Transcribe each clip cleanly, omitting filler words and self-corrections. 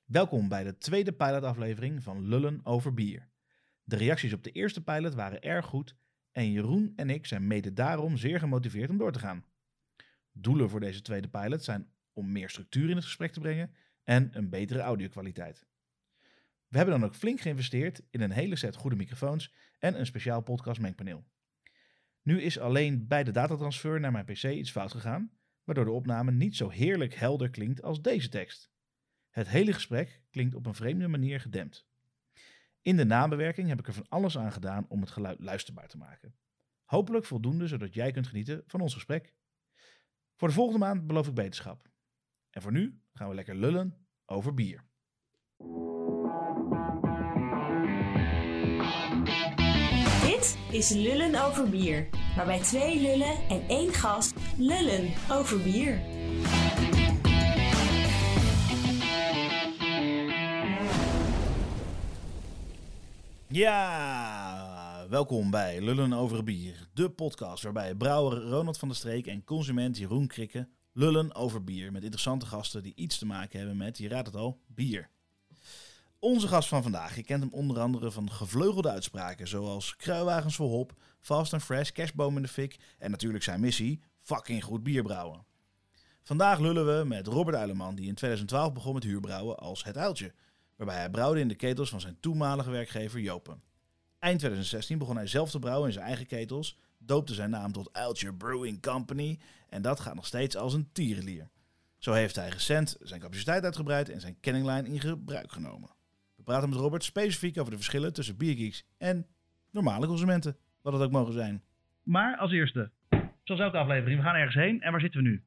Welkom bij de tweede pilotaflevering van Lullen over bier. De reacties op de eerste pilot waren erg goed en Jeroen en ik zijn mede daarom zeer gemotiveerd om door te gaan. Doelen voor deze tweede pilot zijn om meer structuur in het gesprek te brengen en een betere audiokwaliteit. We hebben dan ook flink geïnvesteerd in een hele set goede microfoons en een speciaal podcast mengpaneel. Nu is alleen bij de datatransfer naar mijn pc iets fout gegaan, waardoor de opname niet zo heerlijk helder klinkt als deze tekst. Het hele gesprek klinkt op een vreemde manier gedempt. In de nabewerking heb ik er van alles aan gedaan om het geluid luisterbaar te maken. Hopelijk voldoende zodat jij kunt genieten van ons gesprek. Voor de volgende maand beloof ik beterschap. En voor nu gaan we lekker lullen over bier. Dit is Lullen over bier, waarbij 2 lullen en 1 gast lullen over bier. Ja, welkom bij Lullen over bier, de podcast waarbij brouwer Ronald van der Streek en consument Jeroen Krikke lullen over bier met interessante gasten die iets te maken hebben met, je raadt het al, bier. Onze gast van vandaag, je kent hem onder andere van gevleugelde uitspraken zoals kruiwagens vol hop, fast and fresh, kerstboom in de fik en natuurlijk zijn missie, fucking goed bier brouwen. Vandaag lullen we met Robert Uileman die in 2012 begon met huurbrouwen als Het Uiltje, waarbij hij brouwde in de ketels van zijn toenmalige werkgever Jopen. Eind 2016 begon hij zelf te brouwen in zijn eigen ketels, doopte zijn naam tot Uiltje Brewing Company en dat gaat nog steeds als een tierenlier. Zo heeft hij recent zijn capaciteit uitgebreid en zijn kenninglijn in gebruik genomen. We praten met Robert specifiek over de verschillen tussen biergeeks en normale consumenten, wat het ook mogen zijn. Maar als eerste, zoals elke aflevering, we gaan ergens heen en waar zitten we nu?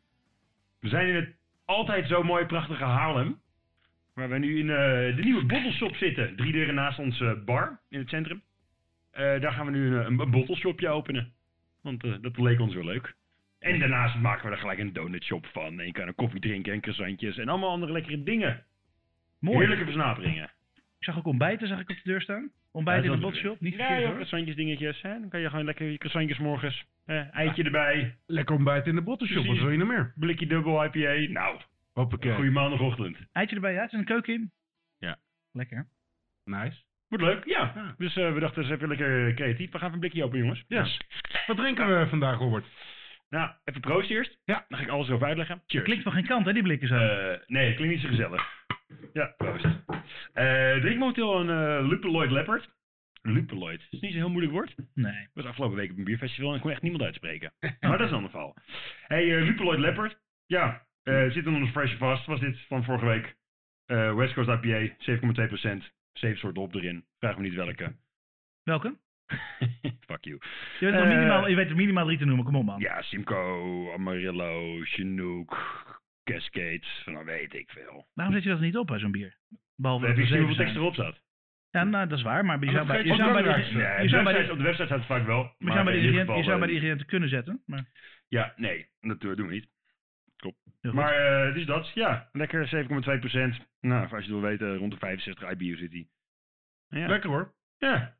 We zijn in het altijd zo mooi prachtige Haarlem. Waar we nu in de nieuwe bottleshop zitten. 3 deuren naast onze bar in het centrum. Daar gaan we nu een bottleshopje openen. Want dat leek ons wel leuk. En daarnaast maken we er gelijk een donutshop van. En je kan een koffie drinken en croissantjes en allemaal andere lekkere dingen. Mooi. Heerlijke versnaperingen. Ik zag ook ontbijten, zag ik op de deur staan. Ontbijten in de botshop, niet verkeerd Ja, hoor. croissantjes dingetjes. Hè? Dan kan je gewoon lekker je croissantjes morgens. Eitje erbij. Lekker ontbijten in de bottleshop, wat Precies. wil je nog meer? Blikje dubbel IPA. Nou, Hoppakee. goeie maandagochtend. Eitje erbij, ja? Het is een keuken in. Ja. Lekker. Nice. Wordt leuk, ja. Ja. Dus we dachten, eens even lekker creatief. We gaan even een blikje open, jongens. Yes. Wat drinken we vandaag, Robert? Nou, even proost eerst. Ja. Dan ga ik alles erover uitleggen. Cheers. Klinkt van geen kant hè, die blikken zo. Nee, het klinkt niet zo gezellig. Ja, proost. Drink momenteel een Lupeloid Leopard. Lupeloid. Dat is niet zo'n heel moeilijk woord. Nee. Ik was afgelopen week op een bierfestival en ik kon echt niemand uitspreken. Maar dat is een ander verhaal. Hey, Lupeloid Leopard. Ja, zit in onze Fresh Fast. Was dit van vorige week. West Coast IPA, 7,2%. 7 soorten hop erin. Vraag me niet welke. Welke? Fuck you. Je weet er minimaal 3 te noemen, kom op man. Ja, Simcoe, Amarillo, Chinook, Cascades, van nou weet ik veel. Waarom zet je dat niet op bij zo'n bier? Behalve Heb dat je er gezien hoeveel 7 tekst zijn. erop staat? Ja, nou, dat is waar, maar je zou bij Op de website staat het vaak wel. je zou bij de in ieder ingrediënten geval, de ingrediënten kunnen zetten. Maar Ja, nee, dat doen we niet. heel goed. Maar het is dat, ja. Lekker 7,2%. Nou, als je het wil weten, rond de 65 IBU zit hij. Ja. Lekker hoor. Ja.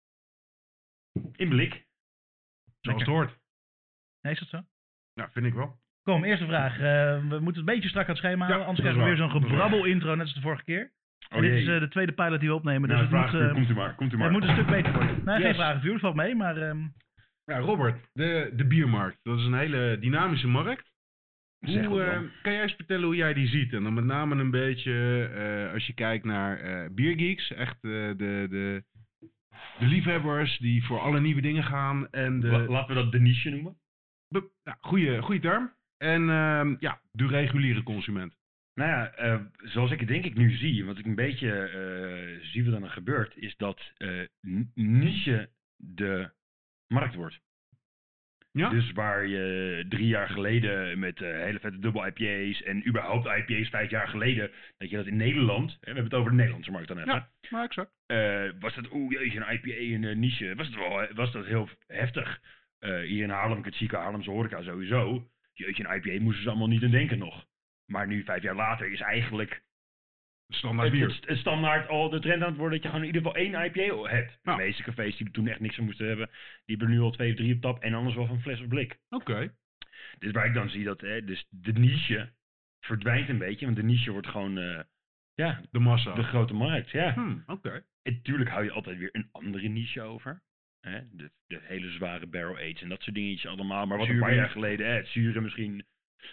In blik. Zoals het hoort. Nee, is dat zo? Nou, vind ik wel. Kom, eerste vraag. We moeten een beetje strak aan het schema houden, Ja, anders dat krijgen we is weer zo'n waar. Dat is gebrabbel intro, net als de vorige keer. Oh En dit is jee. de tweede pilot die we opnemen, dus Nou, het vraag, moet, komt u maar, komt u maar. het moet een stuk beter worden. Nee, geen Yes. vragenvuur, dat valt mee, maar Ja, Robert, de biermarkt. Dat is een hele dynamische markt. Zeg Hoe, het wel. kan jij eens vertellen hoe jij die ziet? En dan met name een beetje als je kijkt naar biergeeks. Echt de liefhebbers die voor alle nieuwe dingen gaan. En Laten we dat de niche noemen. goede term. En de reguliere consument. Nou ja, zoals ik het denk ik nu zie, wat ik een beetje zie wat er dan gebeurt, is dat niche de markt wordt. Ja? Dus waar je 3 jaar geleden met hele vette dubbel IPA's en überhaupt IPA's 5 jaar geleden, dat je dat in Nederland, we hebben het over de Nederlandse markt dan even, Ja, maar exact. was dat, jeetje, een IPA in een niche, was dat heel heftig. Hier in Haarlem, het chique Haarlemse horeca sowieso, jeetje, een IPA moesten ze allemaal niet aan denken nog. Maar nu 5 jaar later is eigenlijk Standaard bier. het standaard al de trend aan het worden dat je gewoon in ieder geval 1 IPA hebt. Ja. De meeste cafés die er toen echt niks van moesten hebben, die hebben er nu al 2 of 3 op tap en anders wel van fles of blik. Oké. Dus waar ik dan zie dat dus de niche verdwijnt een beetje, want de niche wordt gewoon Ja, De massa. de grote markt, ja. Oké. En natuurlijk hou je altijd weer een andere niche over. Hè? De hele zware barrel aged en dat soort dingetjes allemaal. Maar wat een paar Zuurbier. jaar geleden, het zure misschien.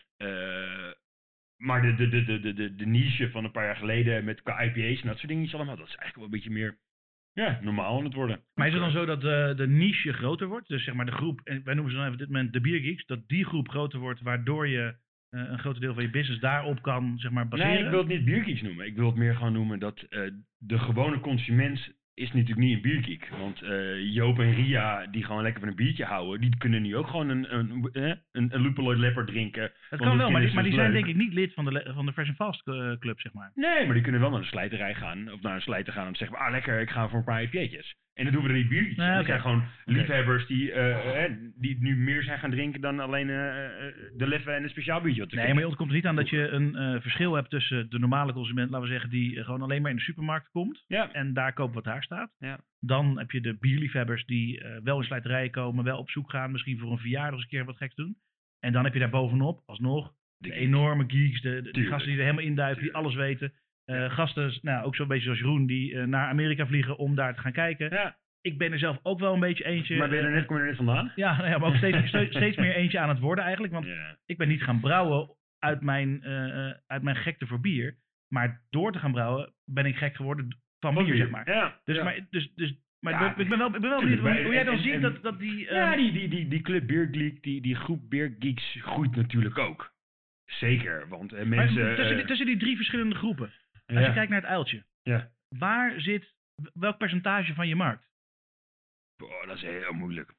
Maar de niche van een paar jaar geleden met qua IPA's en dat soort dingetjes allemaal, dat is eigenlijk wel een beetje meer normaal aan het worden. Maar is het dan zo dat de niche groter wordt? Dus zeg maar de groep, en wij noemen ze dan even op dit moment de biergeeks, dat die groep groter wordt, waardoor je een groot deel van je business daarop kan, zeg maar, baseren? Nee, ik wil het niet biergeeks noemen. Ik wil het meer gewoon noemen dat de gewone consument is natuurlijk niet een biergeek. Want Joop en Ria, die gewoon lekker van een biertje houden, die kunnen nu ook gewoon een Lupuloid Leopard drinken. Dat want kan wel, vinden maar ze die zijn leuk. denk ik niet lid van de Fresh and Fast Club, zeg maar. Nee, maar die kunnen wel naar de slijterij gaan. Of naar een slijter gaan om te zeggen, lekker, ik ga voor een paar IPA'tjes. En dat doen we er niet biertjes. Nee, Dat oké. zijn gewoon liefhebbers die nu meer zijn gaan drinken dan alleen de leffe en een speciaal biertje. wat ze Nee, maar kunnen. je ontkomt er niet aan dat je een verschil hebt tussen de normale consument, laten we zeggen, die gewoon alleen maar in de supermarkt komt Ja. en daar koopt wat daar staat. Ja. Dan heb je de bierliefhebbers die wel in slijterijen komen, wel op zoek gaan, misschien voor een verjaardag eens een keer wat geks doen. En dan heb je daar bovenop, alsnog, de enorme geeks, die Tuurlijk. gasten die er helemaal induiken, die alles weten. Gasten, nou, ook zo'n beetje zoals Jeroen, die naar Amerika vliegen om daar te gaan kijken. Ja. Ik ben er zelf ook wel een beetje eentje. Maar kom je er net vandaan? Ja, nou ja, maar ook steeds meer eentje aan het worden eigenlijk. Want Ja. ik ben niet gaan brouwen uit mijn gekte voor bier. Maar door te gaan brouwen ben ik gek geworden van bier, zeg maar. Ja. Dus, ja. maar Ja, ik ben wel benieuwd tuurlijk, hoe jij dan en- ziet en- dat die... Ja, die club Beergeek, die groep Beergeeks groeit natuurlijk ook. Zeker, want maar mensen... tussen die 3 verschillende groepen. Als je kijkt naar het uiltje. Ja. Waar zit... Welk percentage van je markt? Dat is heel moeilijk.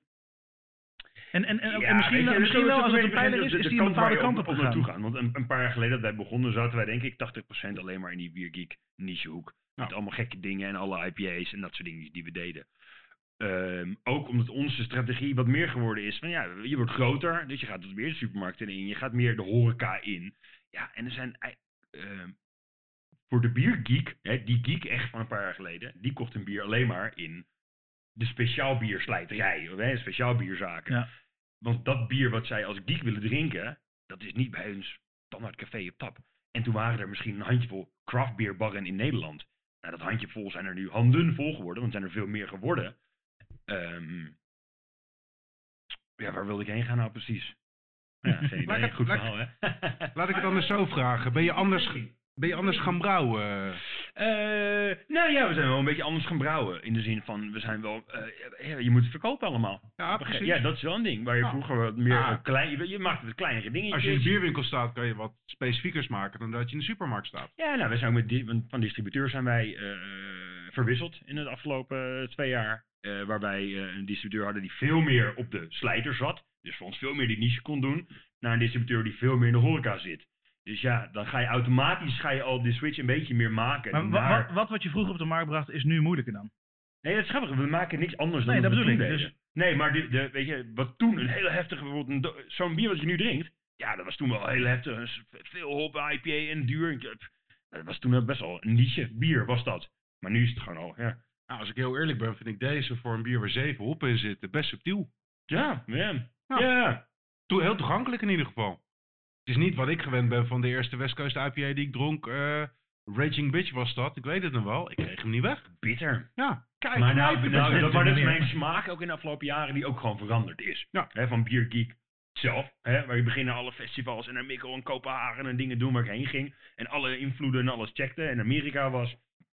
En Ja, misschien weet je, wel dat als het een beetje pijler is, de is die een kant waar bepaalde je kant op op naartoe gegaan. gaan. Want een paar jaar geleden dat wij begonnen, zaten wij denk ik 80% alleen maar in die Beergeek nichehoek. Met allemaal gekke dingen en alle IPA's en dat soort dingen die we deden. Ook omdat onze strategie wat meer geworden is van je wordt groter, dus je gaat wat meer de supermarkten in, je gaat meer de horeca in. Ja, en er zijn voor de biergeek, die geek echt van een paar jaar geleden, die kocht een bier alleen maar in de speciaal bierslijterij, speciaal bierzaken. Ja. Want dat bier wat zij als geek willen drinken, dat is niet bij hun standaard café op tap. En toen waren er misschien een handjevol craftbeerbarren in Nederland. Nou, dat handjevol zijn er nu handen vol geworden, want er zijn er veel meer geworden. Waar wilde ik heen gaan nou precies? Ja, geen idee. Goed verhaal, hè? Laat ik het anders zo vragen. Ben je anders gaan brouwen? We zijn wel een beetje anders gaan brouwen. In de zin van, we zijn wel... je moet het verkopen allemaal. Ja, precies. Ja, dat is wel een ding. Waar je vroeger wat meer klein... Je maakt het kleinere dingetjes. Als je in de bierwinkel staat, kan je wat specifiekers maken dan dat je in de supermarkt staat. Ja, nou, we zijn ook van distributeur zijn wij verwisseld in de afgelopen 2 jaar. Waar wij een distributeur hadden die veel meer op de slijter zat. Dus voor ons veel meer die niche kon doen. Naar een distributeur die veel meer in de horeca zit. Dus ja, dan ga je automatisch al die switch een beetje meer maken. Maar wat je vroeger op de markt bracht is nu moeilijker dan? Nee, dat is grappig. We maken niks anders dan Nee, wat dat we bedoel toen ik. deden. Nee, maar weet je, wat toen een hele heftige... bijvoorbeeld zo'n bier wat je nu drinkt... Ja, dat was toen wel heel heftig. Veel hop, IPA en duur. Dat was toen best wel een niche bier, was dat. Maar nu is het gewoon al, ja. Nou, als ik heel eerlijk ben, vind ik deze voor een bier waar 7 hoppen in zitten best subtiel. Ja. Heel toegankelijk in ieder geval. Het is niet wat ik gewend ben van de eerste West Coast IPA die ik dronk. Raging Bitch was dat, ik weet het nog wel. Ik kreeg hem niet weg. Bitter. Ja, kijk. Maar maar dat is mijn smaak ook in de afgelopen jaren die ook gewoon veranderd is. Ja. Van Biergeek zelf, waar je beginnen alle festivals en naar Mikkel en Kopenhagen en dingen doen waar ik heen ging. En alle invloeden en alles checkte. En Amerika was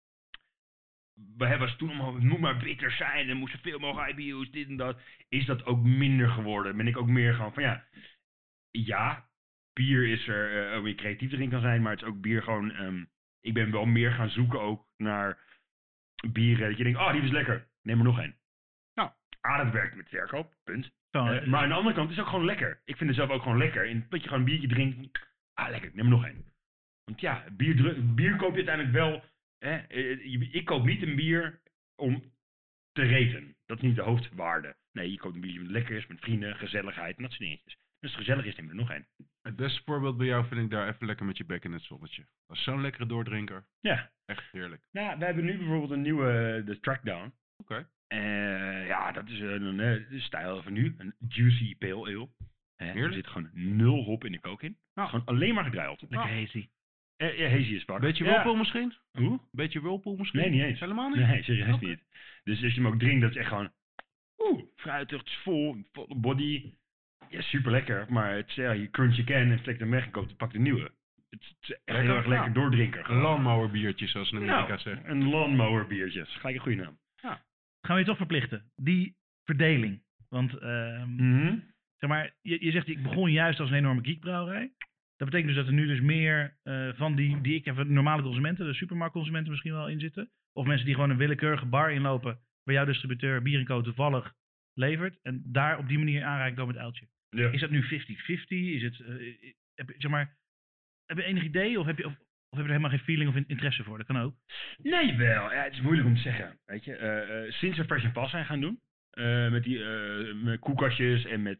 toen allemaal, het moet maar bitter zijn en moesten veel mogelijk IBU's, dit en dat. Is dat ook minder geworden? Ben ik ook meer gewoon van ja, bier is er om je creatief erin kan zijn, maar het is ook bier gewoon, ik ben wel meer gaan zoeken ook naar bieren, dat je denkt, die is lekker, neem er nog een. Nou. Dat werkt met verkoop, punt. Zo, Maar aan de andere kant is het ook gewoon lekker. Ik vind het zelf ook gewoon lekker, dat je gewoon een biertje drinkt, lekker, neem er nog een. Want ja, bier koop je uiteindelijk wel, ik koop niet een bier om te reten. Dat is niet de hoofdwaarde. Nee, je koopt een biertje wat lekker is, met vrienden, gezelligheid en dat soort dingetjes. Dus het gezellig is, neem er nog een. Het beste voorbeeld bij jou vind ik daar even lekker met je bek in het zonnetje. Dat is zo'n lekkere doordrinker. Ja. Echt heerlijk. Nou, we hebben nu bijvoorbeeld een nieuwe, de Trackdown. Oké. Dat is de stijl van nu. Een juicy pale ale. Er Heerlijk. zit gewoon 0 hop in de kook in. Nou. Gewoon alleen maar gedruild. lekker hazy. Ja, hazy as fuck. Beetje Ja. Whirlpool misschien? Hoe? Beetje Whirlpool misschien? Nee, niet eens. Helemaal niet? Nee, serieus Oké. niet. Dus als je hem ook drinkt, dat is echt gewoon... fruitig, het is vol, volle body. Ja, super lekker. Maar het is, je crunch je can en trekt hem weg en pak de nieuwe. Het is echt Lekker, heel erg lekker ja. doordrinken. gewoon. Lawnmower biertje, zoals ze in Amerika Nou, zeggen. een lawnmower biertje. Dat is gelijk een goede naam. Gaan we je toch verplichten? Die verdeling. Want zeg maar, je zegt ik begon juist als een enorme geekbrouwerij. Dat betekent dus dat er nu dus meer van die ik heb normale consumenten, de supermarktconsumenten misschien wel in zitten. Of mensen die gewoon een willekeurige bar inlopen waar jouw distributeur Bier & Co toevallig levert. En daar op die manier aanreikt door met uiltje. Ja. Is dat nu 50-50? Is het, heb je enig idee of heb je er helemaal geen feeling of interesse voor? Dat kan ook. Nee, wel. Ja, het is moeilijk om te zeggen. Weet je, sinds we Fresh and Pass zijn gaan doen, met die met koelkastjes en met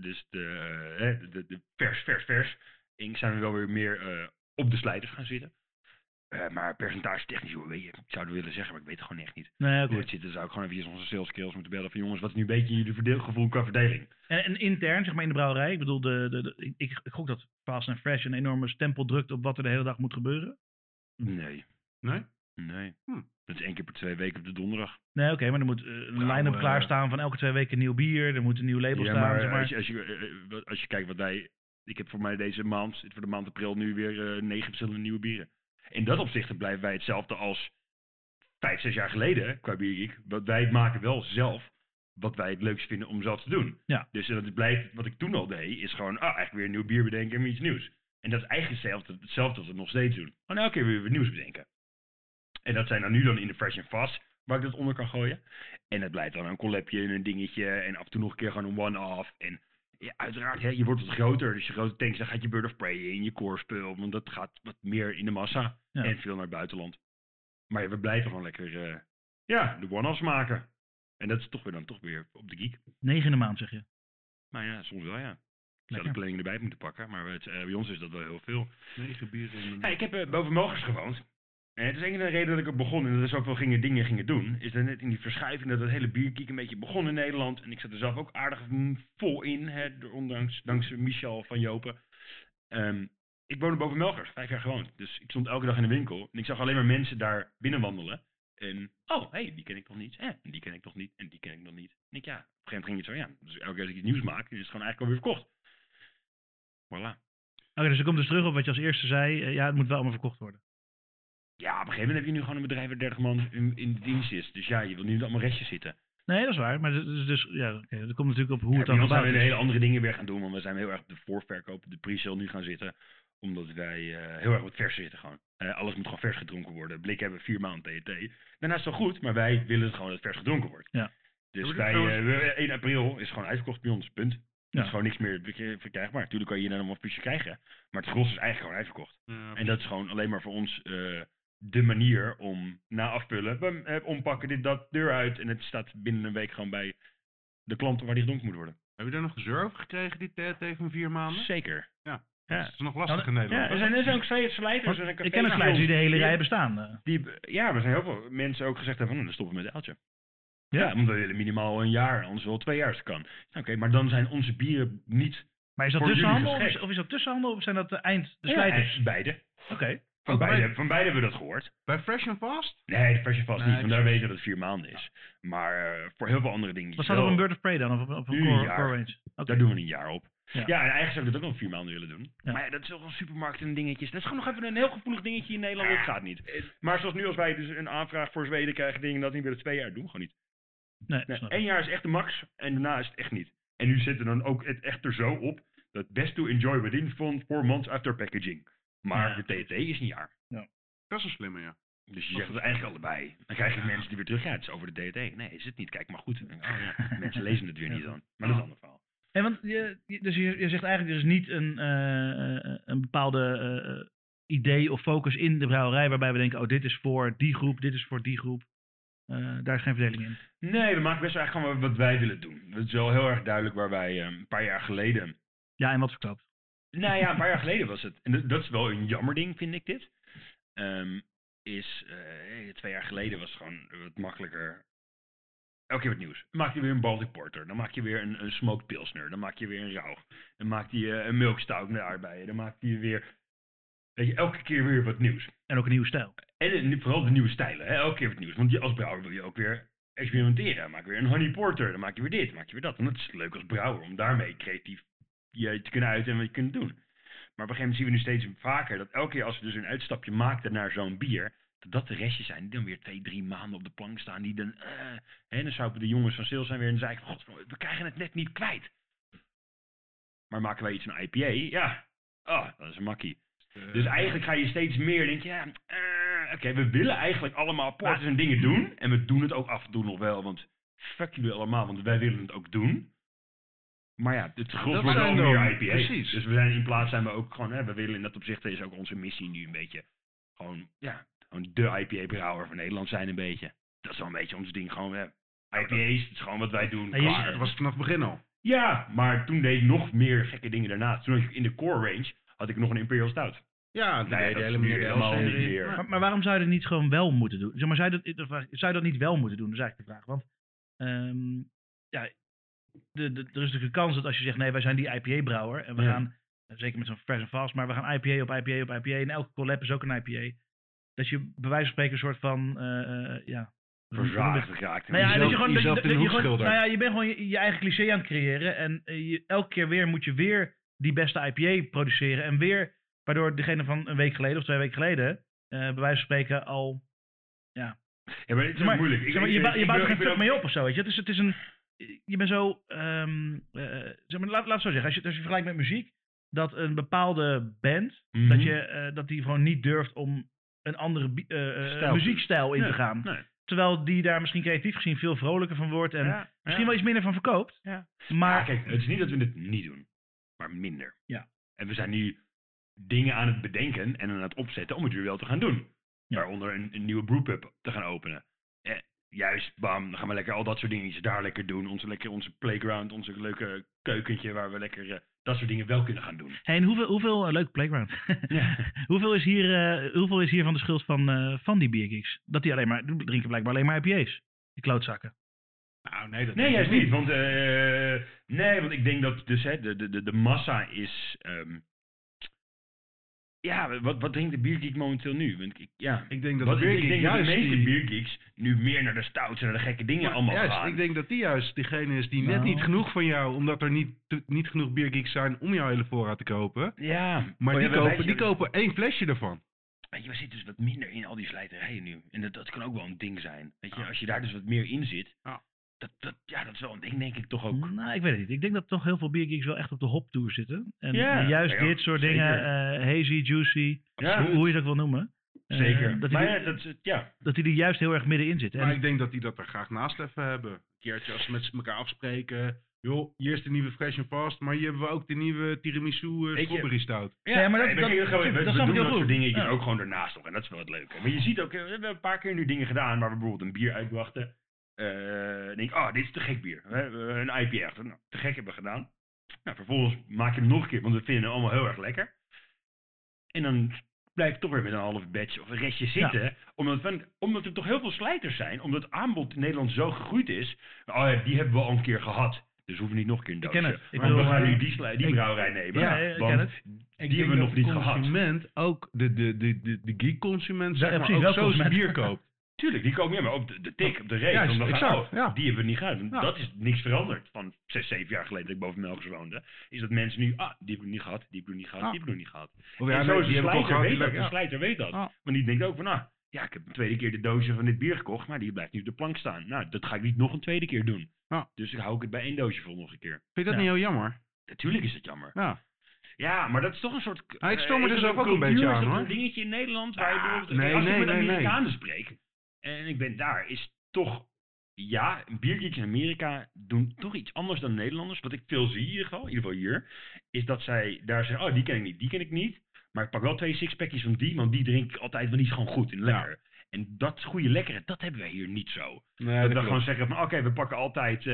de vers ink zijn we wel weer meer op de slijters gaan zitten. Maar percentage technisch, ik zou het willen zeggen, maar ik weet het gewoon echt niet. Nee, Hoe oké. het zit, dan zou ik gewoon even onze sales skills moeten bellen van jongens, wat is nu een beetje jullie verdeelgevoel qua verdeling? En intern, zeg maar in de brouwerij, ik bedoel, ik gok dat Fast and Fresh een enorme stempel drukt op wat er de hele dag moet gebeuren. Nee. Nee? Nee. Dat is 1 keer per 2 weken op de donderdag. Nee, oké, maar er moet een line-up klaarstaan van elke 2 weken nieuw bier. Er moet een nieuw label Ja, staan. maar, zeg maar. als je kijkt wat wij... Ik heb voor mij deze maand, voor de maand april, nu weer 9 verschillende nieuwe bieren. In dat opzicht blijven wij hetzelfde als 5-6 jaar geleden, qua Biergeek. Want wij maken wel zelf wat wij het leukst vinden om zelf te doen. Ja. Dus dat blijft, wat ik toen al deed, is gewoon eigenlijk weer een nieuw bier bedenken en weer iets nieuws. En dat is eigenlijk hetzelfde wat we nog steeds doen. Gewoon elke keer weer nieuws bedenken. En dat zijn dan nu dan in de Fresh and Fast, waar ik dat onder kan gooien. En het blijft dan een collabje en een dingetje. En af en toe nog een keer gewoon een one-off. En ja, uiteraard, je wordt wat groter. Dus je grote tanks, dan gaat je Bird of Prey in, je core spul. Want dat gaat wat meer in de massa. Ja. En veel naar het buitenland. Maar ja, we blijven gewoon lekker de one-offs maken. En dat is toch weer op de geek. 9e maand, zeg je. Maar ja, soms wel ja. Ik zou Lekker. de planning erbij moeten pakken. Maar bij ons is dat wel heel veel. 9 bieren in Ja, ik heb boven Mogers gewoond. En het is eigenlijk de reden dat ik er begon en dat er zoveel dingen gingen doen. Is dat net in die verschuiving dat het hele bierkiek een beetje begon in Nederland. En ik zat er zelf ook aardig vol in, dankzij Michel van Jopen. Ik woonde boven Melgers, 5 jaar gewoond. Dus ik stond elke dag in de winkel en ik zag alleen maar mensen daar binnen wandelen. En, die ken ik nog niet. En die ken ik nog niet. En die ken ik nog niet. En ik, op een gegeven moment ging het zo, Dus elke keer als ik iets nieuws maak, is het gewoon eigenlijk alweer verkocht. Voilà. Oké, dus ik kom dus terug op wat je als eerste zei. Het moet wel allemaal verkocht worden. Ja, op een gegeven moment heb je nu gewoon een bedrijf waar 30 man in de dienst is. Dus ja, je wil niet allemaal restjes zitten. Nee, dat is waar. Maar dat komt natuurlijk op hoe het dan dan zijn gebouwd we is. hele andere dingen weer gaan doen. Want we zijn heel erg op de voorverkoop, de pre-sale nu gaan zitten. Omdat wij heel erg wat vers zitten gewoon. Alles moet gewoon vers gedronken worden. Blik hebben 4 maanden TNT. Daarna is het wel goed, maar wij willen gewoon dat het vers gedronken wordt. Ja. Dus Ja, wij, 1 april is gewoon uitverkocht bij ons, punt. Ja. Er is gewoon niks meer verkrijgbaar. Natuurlijk kan je hier dan nog een visje krijgen. Maar het gros is eigenlijk gewoon uitverkocht. En dat is gewoon alleen maar voor ons de manier om na afpullen, ompakken, dit, dat, deur uit. En het staat binnen een week gewoon bij de klanten waar die gedronken moet worden. Heb je daar nog gezeur over gekregen, die TNT van 4 maanden? Zeker. Ja. Ja. Dat is nog lastig in Ja, Nederland. er zijn ook slijters. Want ik ken een slijters die de hele rij bestaan. Ja, er zijn heel veel mensen ook gezegd hebben van, dan stoppen we met het uiltje. Ja. Ja, want we willen minimaal een jaar, anders wel 2 jaar als het kan. Oké, maar dan zijn onze bieren niet... Maar is dat Voor jullie tussenhandel geschikt. of is dat tussenhandel of zijn dat de slijters? Ja, beide. Oké. Van Ook beide hebben we dat gehoord. Bij Fresh and Fast? Nee, de Fresh and Fast Nee, niet, want daar precies. weten we dat het 4 maanden is. Maar voor heel veel andere dingen. Wat staat op een Bird of Prey dan? Of Nu een een core jaar. range? Oké. Daar doen we een jaar op. Ja. Ja, en eigenlijk zou ik dat ook nog 4 maanden willen doen. Ja. Maar ja, dat is wel een supermarkt en dingetjes. Dat is gewoon nog even een heel gevoelig dingetje in Nederland. Dat gaat niet. Maar zoals nu als wij dus een aanvraag voor Zweden krijgen, dingen dat niet willen 2 jaar doen, gewoon niet. Nee, Nee, snap ik. 1 jaar is echt de max en daarna is het echt niet. En nu zitten dan ook het echt er zo op dat best to enjoy within 4 months after packaging. Maar Ja. de TT is een jaar. Dat is een slimme, ja. Dus je zegt het eigenlijk allebei. Dan krijg je mensen die weer terug. Ja, het is over de TT. Nee, is het niet. Kijk maar goed. Oh, ja. Mensen lezen het weer niet dan. Maar dat is een ander verhaal. En want je zegt eigenlijk er is niet een bepaalde idee of focus in de brouwerij waarbij we denken, dit is voor die groep, dit is voor die groep. Daar is geen verdeling in. Nee, we maken best wel eigenlijk gewoon wat wij willen doen. Het is wel heel erg duidelijk waar wij een paar jaar geleden... Ja, en wat verkoopt. Nou ja, een paar jaar geleden was het. En dat is wel een jammer ding, vind ik dit. 2 jaar geleden was het gewoon wat makkelijker. Elke keer wat nieuws. Dan maak je weer een Baltic Porter. Dan maak je weer een Smoked Pilsner. Dan maak je weer een Rauch. Dan maak je een Milk Stout met aardbeien. Dan maak je weer Weet je, elke keer weer wat nieuws. En ook een nieuwe stijl. En vooral de nieuwe stijlen, hè? Elke keer wat nieuws. Want als brouwer wil je ook weer experimenteren. Maak weer een honey porter, dan maak je weer dit, maak je weer dat. En dat is leuk als brouwer, om daarmee creatief je te kunnen uiten en wat je kunt doen. Maar op een gegeven moment zien we nu steeds vaker dat elke keer als we dus een uitstapje maakten naar zo'n bier, dat de restjes zijn die dan weer 2-3 maanden op de plank staan. Die dan, dan zouden de jongens van sales zijn weer en dan zei ik van, god, we krijgen het net niet kwijt. Maar maken wij iets een IPA? Ja, dat is een makkie. Dus eigenlijk ga je steeds meer denken, oké, we willen eigenlijk allemaal porters en dingen doen. En we doen het ook af en toe nog wel, want fuck jullie allemaal, want wij willen het ook doen. Maar ja, het gros wordt wel meer IPA. Precies. Dus in plaats zijn we ook gewoon, we willen in dat opzicht, is ook onze missie nu een beetje gewoon de IPA-brouwer van Nederland zijn een beetje. Dat is wel een beetje ons ding, gewoon IPA's, het is gewoon wat wij doen. Dat was vanaf het begin al. Ja, maar toen deed ik nog meer gekke dingen daarnaast. Toen had ik in de core range had ik nog een Imperial Stout. Ja, dat is helemaal niet meer. Maar waarom zou je dat niet gewoon wel moeten doen? Zeg maar, zou je dat niet wel moeten doen? Dat is eigenlijk de vraag. Want er is natuurlijk een kans dat als je zegt, nee, wij zijn die IPA-brouwer. En we gaan, zeker met zo'n Fresh and Fast, maar we gaan IPA op IPA op IPA. En elke collab is ook een IPA. Dat je bij wijze van spreken een soort van, verzaagd geraakt. Je bent gewoon je eigen cliché aan het creëren. En elke keer weer moet je weer die beste IPA produceren. En weer, waardoor degene van een week geleden of 2 weken geleden, bij wijze van spreken al, Ja, maar het is moeilijk. Je bouwt er geen fuck mee op of zo, weet je. Het is een, je bent zo, laat het zo zeggen. Als je vergelijkt met muziek, dat een bepaalde band, dat die gewoon niet durft om een andere muziekstijl in te gaan. Nee. Terwijl die daar misschien creatief gezien veel vrolijker van wordt en misschien wel iets minder van verkoopt. Ja. Maar kijk, het is niet dat we het niet doen, maar minder. Ja. En we zijn nu dingen aan het bedenken en aan het opzetten om het weer wel te gaan doen. Ja. Waaronder een nieuwe brewpub te gaan openen. Juist, bam, dan gaan we lekker al dat soort dingetjes daar lekker doen. Onze playground, onze leuke keukentje waar we lekker dat soort dingen wel kunnen gaan doen. Hey, en hoeveel leuke playground. hoeveel is hier van de schuld van die biergeeks? Dat die drinken blijkbaar alleen maar IPA's. Die klootzakken. Nou, nee, dat juist niet. Want, want ik denk dat dus de massa is. Wat drinkt de biergeek momenteel nu? Want ik denk dat de meeste biergeeks nu meer naar de stouts en naar de gekke dingen allemaal gaan. Ik denk dat die juist degene is die net niet genoeg van jou, omdat er niet genoeg biergeeks zijn om jouw hele voorraad te kopen. Ja. Maar die kopen 1 flesje ervan. Weet je, we zitten dus wat minder in al die slijterijen nu. En dat kan ook wel een ding zijn. Weet je, als je daar dus wat meer in zit. Dat is wel een ding, denk ik toch ook. Nou, ik weet het niet. Ik denk dat toch heel veel biergeeks wel echt op de hoptour zitten. En juist dit soort dingen, hazy, juicy, hoe je het ook wil noemen. Zeker. Dat die er juist heel erg middenin zitten. Maar ik denk dat die dat er graag naast even hebben. Een keertje als ze met elkaar afspreken. Joh, hier is de nieuwe Fresh and Fast, maar hier hebben we ook de nieuwe tiramisu strawberry stout. Ja, maar we doen dat soort dingen ook gewoon ernaast nog. En dat is wel het leuke. Maar je ziet ook, we hebben een paar keer nu dingen gedaan waar we bijvoorbeeld een bier uitbrachten. Denk dit is te gek bier. Een IPA. Te gek hebben we gedaan. Nou, vervolgens maak je hem nog een keer, want we vinden hem allemaal heel erg lekker. En dan blijf ik toch weer met een half batch of een restje zitten. Ja. Omdat er toch heel veel slijters zijn. Omdat het aanbod in Nederland zo gegroeid is. Die hebben we al een keer gehad. Dus hoeven we niet nog een keer een doosje. We gaan nu die brouwerij nemen. Ja, want die hebben we nog niet gehad. Ook de geek-consument ook zo bier koopt. Tuurlijk, die komen maar op de tik, op de reet. Die hebben we niet gehad. Dat is niks veranderd van 6, 7 jaar geleden dat ik boven Melkers woonde. Is dat mensen nu, die hebben we niet gehad, die hebben we niet gehad, die hebben we niet gehad. En zo is de slijter weet dat. Want die denkt ook van, ik heb een tweede keer de doosje van dit bier gekocht, maar die blijft nu op de plank staan. Nou, dat ga ik niet nog een tweede keer doen. Dus ik hou het bij 1 doosje vol nog een keer. Vind je dat niet heel jammer? Natuurlijk is het jammer. Ja, maar dat is toch een soort... ik stoor me dus ook een beetje aan, hoor. Een dingetje in Nederland waar je bijvoorbeeld... Als je met Amerikanen spreekt... En ik ben daar, is toch, biergeeks in Amerika doen toch iets anders dan Nederlanders. Wat ik veel zie in ieder geval hier, is dat zij daar zeggen, die ken ik niet. Maar ik pak wel 2 sixpackjes van die, want die drink ik altijd, want die is gewoon goed en lekker. Ja. En dat goede lekkere, dat hebben wij hier niet zo. Nee, dat we gewoon zeggen van, we pakken altijd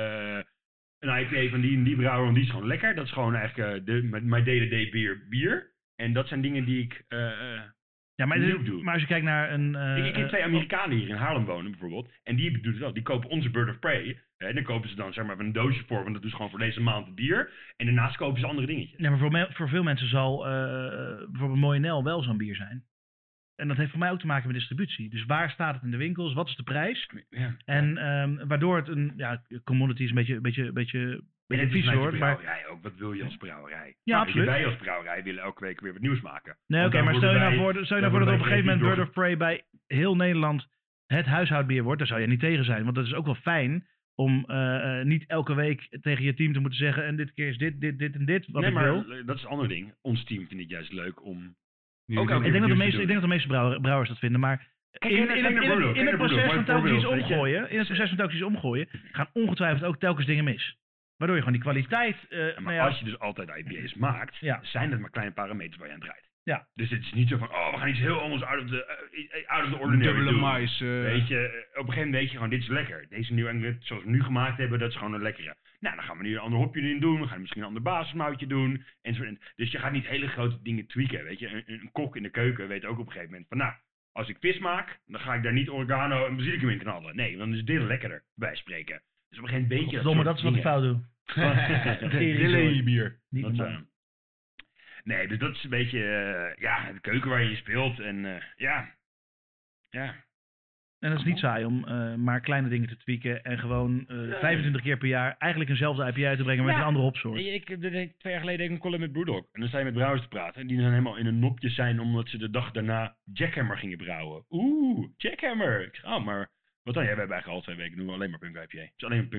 een IPA van die en die brouwer, want die is gewoon lekker. Dat is gewoon eigenlijk my day-to-day bier. En dat zijn dingen die ik... Ja, maar als je kijkt naar een... ik heb 2 Amerikanen hier in Haarlem wonen bijvoorbeeld. En die doen het wel. Die kopen onze Bird of Prey. En dan kopen ze dan zeg maar een doosje voor. Want dat doen ze gewoon voor deze maand het bier. En daarnaast kopen ze andere dingetjes. Ja, maar voor veel mensen zal bijvoorbeeld Mooie Nel wel zo'n bier zijn. En dat heeft voor mij ook te maken met distributie. Dus waar staat het in de winkels? Wat is de prijs? Ja. En waardoor het commodity is een beetje vies wordt. Brouwerij ook. Wat wil je als brouwerij? Ja, absoluut. Wij als brouwerij willen elke week weer wat nieuws maken. Nee, oké, maar stel je nou voor dat op een gegeven moment Bird of Prey bij heel Nederland het huishoudbier wordt. Daar zou je niet tegen zijn. Want dat is ook wel fijn om niet elke week tegen je team te moeten zeggen. En dit keer is dit en dit wat ik wil. Dat is een ander ding. Ons team vindt het juist leuk om... Ik denk dat de meeste brouwers dat vinden, maar in het proces van telkens iets omgooien, gaan ongetwijfeld ook telkens dingen mis. Waardoor je gewoon die kwaliteit... als je dus altijd IPA's maakt, zijn dat maar kleine parameters waar je aan draait. Ja. Dus het is niet zo van, we gaan iets heel anders out of the ordinary dubbele doen. mais. Weet je, op een gegeven moment weet je gewoon, dit is lekker. Deze New England, zoals we nu gemaakt hebben, dat is gewoon een lekkere. Nou, dan gaan we nu een ander hopje erin doen. We gaan misschien een ander basismoutje doen. Dus je gaat niet hele grote dingen tweaken, weet je. Een kok in de keuken weet ook op een gegeven moment van, als ik vis maak, dan ga ik daar niet oregano en basilicum in knallen. Nee, dan is dit lekkerder, bij spreken. Dus op een gegeven moment weet je dat is wat ik fout doe. Dillen in je bier. Nee, dus dat is een beetje, de keuken waar je speelt en ja. En dat is niet saai om maar kleine dingen te tweaken en gewoon 25 keer per jaar eigenlijk eenzelfde IPA uit te brengen met een andere hopsoort. Ik 2 jaar geleden deed ik een column met Brewdog en dan sta je met brouwers te praten en die dan helemaal in een nopje zijn omdat ze de dag daarna Jackhammer gingen brouwen. Jackhammer! Ik zeg, maar wat dan? Ja, we hebben eigenlijk al 2 weken doen we alleen maar punk IPA. Het is alleen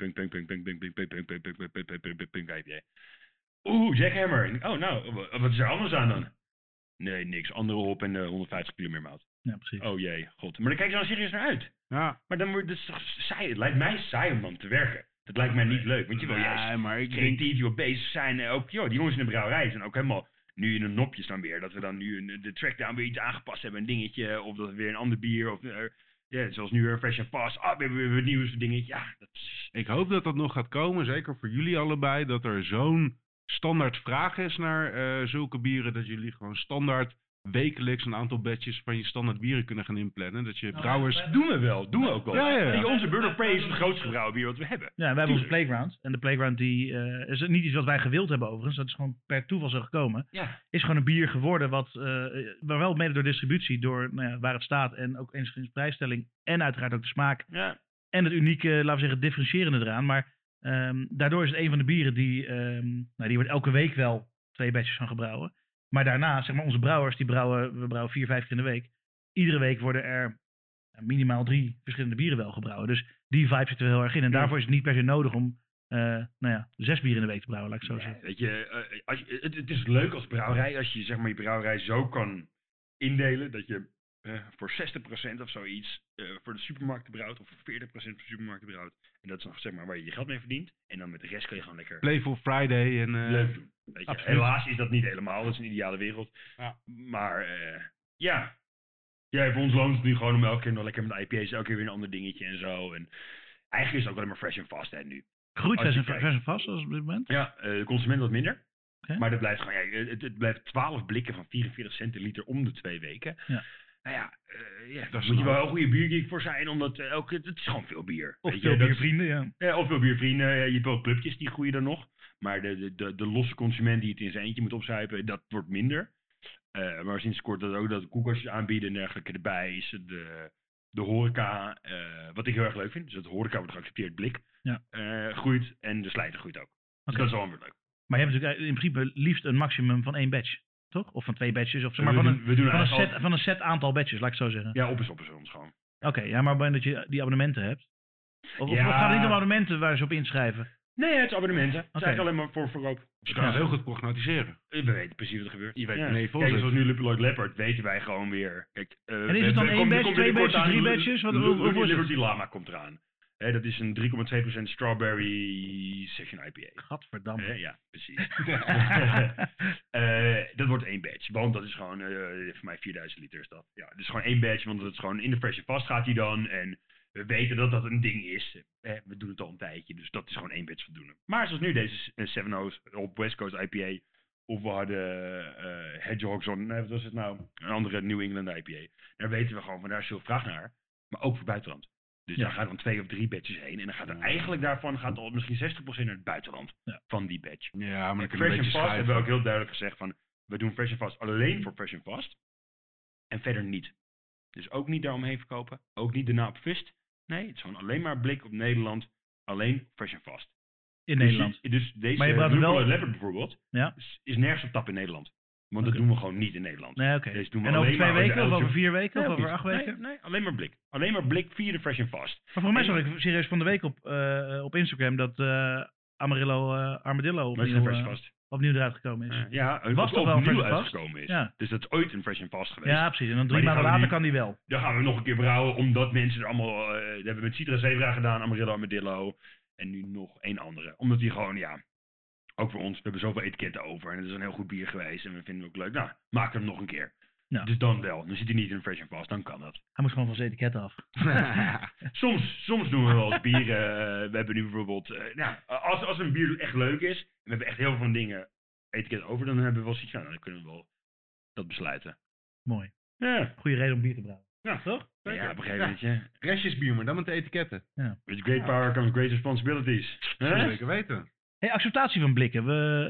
punk IPA. Jackhammer. Wat is er anders aan dan? Nee, niks. Andere hop en 150 kilo meer mout. Ja, precies. Oh jee, god. Maar dan kijk je dan serieus naar uit. Ja. Maar dan wordt het toch saai. Het lijkt mij saai om dan te werken. Dat lijkt mij niet leuk. Want je wil juist creatief, je wil bezig zijn. Ook, die jongens in de brouwerij zijn ook helemaal nu in een nopje staan weer. Dat we dan nu de trackdown weer iets aangepast hebben. Een dingetje. Of dat we weer een ander bier. Of zoals nu weer Fresh and Fast. We hebben weer het nieuws dingetje. Ja, dat is... Ik hoop dat dat nog gaat komen. Zeker voor jullie allebei. Dat er zo'n standaard vraag is naar zulke bieren. Dat jullie gewoon standaard wekelijks een aantal batches van je standaard bieren kunnen gaan inplannen. Dat je brouwers... Doen we ook wel. Ja. Onze Bird of Prey is het grootste gebrouwen bier wat we hebben. Ja, wij hebben onze Playground. En de Playground die is niet iets wat wij gewild hebben overigens. Dat is gewoon per toeval zo gekomen. Ja. Is gewoon een bier geworden wat wel mede door distributie, door waar het staat en ook enigszins prijsstelling en uiteraard ook de smaak. Ja. En het unieke, laten we zeggen, differentiërende eraan. Maar daardoor is het een van de bieren die wordt elke week wel 2 batches van gebrouwen. Maar daarna, zeg maar, onze brouwers, we brouwen 4-5 keer in de week. Iedere week worden er minimaal 3 verschillende bieren wel gebrouwen. Dus die vibe zit er heel erg in. En daarvoor is het niet per se nodig om 6 bieren in de week te brouwen, laat ik zo zeggen. Weet je, het is leuk als brouwerij als je zeg maar je brouwerij zo kan indelen dat je voor 60% of zoiets voor de supermarkten brouwt, of voor 40% voor de supermarkten brouwt. En dat is nog zeg maar waar je je geld mee verdient. En dan met de rest kan je gewoon lekker... Playful Friday en... leuk doen. Weet je, helaas is dat niet helemaal, dat is een ideale wereld. Ja. Maar voor ons loont het nu gewoon om elke keer nog lekker met IPA's, elke keer weer een ander dingetje en zo. En eigenlijk is het ook alleen maar fresh and fast nu. Groeit fresh and fast als op dit moment? Ja, de consument wat minder. Okay. Maar dat blijft gewoon, het blijft 12 blikken van 44 centiliter om de 2 weken. Ja. Daar moet je wel een goede biergeek voor zijn, omdat het is gewoon veel bier. Of veel biervrienden, of veel biervrienden. Je hebt wel clubjes, die groeien dan nog. Maar de losse consument die het in zijn eentje moet opzuipen, dat wordt minder. Maar sinds kort dat ook dat de koelkastjes aanbieden en dergelijke erbij is de horeca, wat ik heel erg leuk vind. Dus dat de horeca wordt geaccepteerd blik groeit en de slijter groeit ook. Dus dat is wel weer leuk. Maar je hebt natuurlijk in principe liefst een maximum van 1 batch. Toch? Of van 2 batches, of zeg maar van een set aantal batches, laat ik zo zeggen. Ja, op is ons gewoon. Oké, ja, maar op het moment dat je die abonnementen hebt. Of gaat het niet om abonnementen waar ze op inschrijven? Nee, het is abonnementen. Het is eigenlijk alleen maar voor verkoop. Je kan het heel goed prognosticeren. We weten precies wat er gebeurt. Je weet Kijk, zoals nu Lloyd Leopard weten wij gewoon weer. Kijk, en is het dan 1 batch, 2 batches, 3 batches? Liberty Lama komt eraan. Dat is een 3,2% strawberry session IPA. Gadverdamme. Ja, precies. Dat wordt 1 batch, want dat is gewoon, voor mij 4000 liter is dat. Ja, het is gewoon 1 batch, want het is gewoon in de fresh and fast gaat hij dan. En we weten dat dat een ding is. We doen het al een tijdje, dus dat is gewoon 1 batch voldoende. Maar zoals nu deze 7 O's op West Coast IPA, Of we hadden Hedgehogs wat was het nou? Een andere New England IPA. Daar weten we gewoon van, daar is veel vraag naar. Maar ook voor buitenland. Dus daar gaan dan 2 of 3 batches heen. En dan gaat er eigenlijk daarvan al misschien 60% naar het buitenland van die batch. Ja, maar Fresh and Fast hebben we ook heel duidelijk gezegd van, we doen Fresh and Fast alleen voor Fresh and Fast. En verder niet. Dus ook niet daaromheen verkopen. Ook niet daarna op Fist. Nee, het is gewoon alleen maar blik op Nederland. Alleen Fresh and Fast. In Nederland. Dus deze Maar je praat wel... Leopard bijvoorbeeld is nergens op tap in Nederland. Want dat doen we gewoon niet in Nederland. Nee, oké. Deze doen we en alleen over 2 maar weken of over 4 weken of Nee, over 8 weken? Nee, alleen maar blik. Alleen maar blik via de Fresh and Fast. Maar voor mij zag ik serieus van de week op Instagram dat Amarillo Armadillo opnieuw eruit gekomen is. Was toch wel een Fresh and Fast? uitgekomen is. Ja. Dus dat is ooit een Fresh and Fast geweest. Ja, precies. En dan 3 maanden later kan die wel. Dan gaan we nog een keer brouwen, omdat mensen er allemaal... dat hebben we met Citra Zebra gedaan, Amarillo Armadillo. En nu nog 1 andere. Omdat die gewoon, ook voor ons, we hebben zoveel etiketten over. En het is een heel goed bier geweest. En we vinden het ook leuk. Nou, maak hem nog een keer. Ja. Dus dan wel. Dan zit hij niet in Fresh and Fast, dan kan dat. Hij moet gewoon van zijn etiket af. soms doen we wel eens bier. We hebben nu bijvoorbeeld... als een bier echt leuk is... en we hebben echt heel veel van dingen etiket over... dan hebben we wel zoiets... dan kunnen we wel dat besluiten. Mooi. Ja. Goeie reden om bier te brouwen. Ja, toch? Ja, op een gegeven moment. Restjesbier, maar dan met de etiketten. Ja. With great power comes great responsibilities. Zeker weten. Hey, acceptatie van blikken.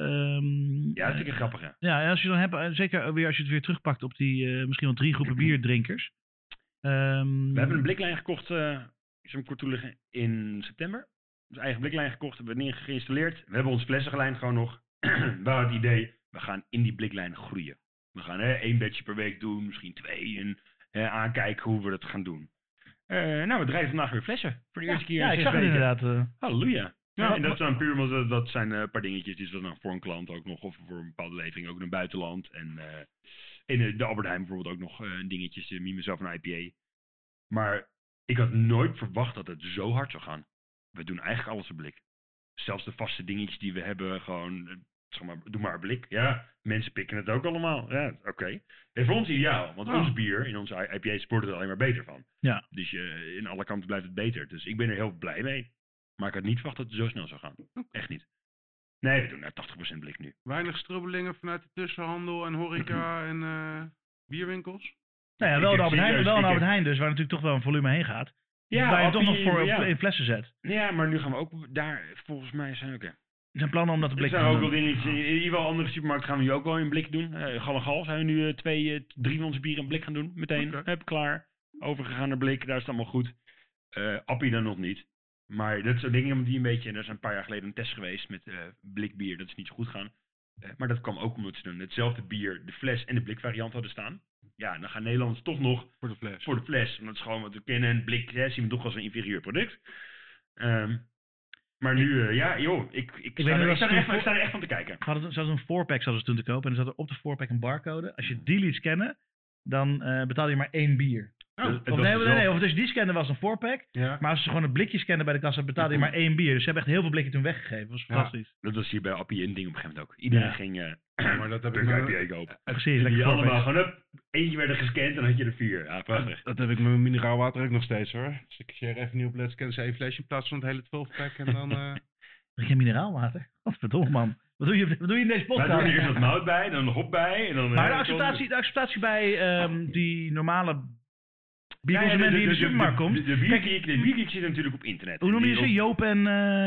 Ja, dat is een grappig, hè? Ja, als je dan hebt, zeker weer als je het weer terugpakt op die misschien wel 3 groepen bierdrinkers. We hebben een bliklijn gekocht, ik zal hem kort toelichten, in september. Dus eigen bliklijn gekocht, hebben we het geïnstalleerd. We hebben ons flessenlijn gewoon nog. We hadden het idee, we gaan in die bliklijn groeien. We gaan 1 batchje per week doen, misschien 2 en aankijken hoe we dat gaan doen. We drijven vandaag weer flessen. Voor de eerste keer. Ja, ik zag het inderdaad. Halleluja. Ja, en dat zijn puur, want dat zijn een paar dingetjes die ze dan voor een klant ook nog, of voor een bepaalde levering ook in het buitenland. En in de Albert Heijn bijvoorbeeld ook nog dingetjes, mezelf een IPA. Maar ik had nooit verwacht dat het zo hard zou gaan. We doen eigenlijk alles op blik. Zelfs de vaste dingetjes die we hebben, gewoon, zeg maar, doe maar een blik. Ja, mensen pikken het ook allemaal. Ja, oké. Het is voor ons ideaal, want ons bier, in onze IPA wordt er alleen maar beter van. Ja. Dus in alle kanten blijft het beter. Dus ik ben er heel blij mee. Maar ik had niet verwacht dat het zo snel zou gaan. Echt niet. Nee, we doen naar 80% blik nu. Weinig strubbelingen vanuit de tussenhandel en horeca en bierwinkels? Nou ja, wel een Albert Heijn dus, waar natuurlijk toch wel een volume heen gaat. Ja, waar je toch nog voor in flessen zet. Ja, maar nu gaan we ook daar, volgens mij zijn ook... Er zijn plannen om dat te blik te doen. Er zijn ook wel dingetjes, in ieder geval andere supermarkten gaan we nu ook wel in blik doen. Gal en Gal zijn we nu 3 van onze bieren in blik gaan doen. Meteen, klaar. Overgegaan naar blik, daar is het allemaal goed. Appie dan nog niet. Maar dat soort dingen die een beetje, en er is een paar jaar geleden een test geweest met blikbier, dat is niet zo goed gaan. Maar dat kwam ook omdat ze dan hetzelfde bier, de fles en de blikvariant hadden staan. Ja, dan gaan Nederlanders toch nog voor de fles. Want dat is gewoon wat we kennen. En blik zien we toch als een inferieur product. Maar nu, ik sta er echt van te kijken. Zelfs een 4-pack hadden ze toen te kopen. En er zat er op de 4-pack een barcode. Als je die liet scannen, dan betaal je maar 1 bier. Of als je die scannen was een 4-pack. Ja. Maar als ze gewoon een blikje scannen bij de kassa, betaalde je maar 1 bier. Dus ze hebben echt heel veel blikken toen weggegeven. Dat was fantastisch. Dat was hier bij Appie een ding op een gegeven moment ook. Iedereen ging maar dat heb ik IPA kopen. Precies. Die allemaal gewoon eentje werden gescand en dan had je er 4. Ja, prachtig. Dat heb ik met mijn mineraalwater ook nog steeds hoor. Dus ik share even niet op Let's Scan 1 flesje in plaats van het hele 12-pack en dan... Drink je mineraalwater? Wat verdomme man. Wat doe je in deze podcast? Wij doen er eerst wat mout bij, dan nog hop bij. En dan, maar de acceptatie bij die normale bierconsument die in de supermarkt komt. De biergeek zit natuurlijk op internet. Hoe noem je ze? Joop en...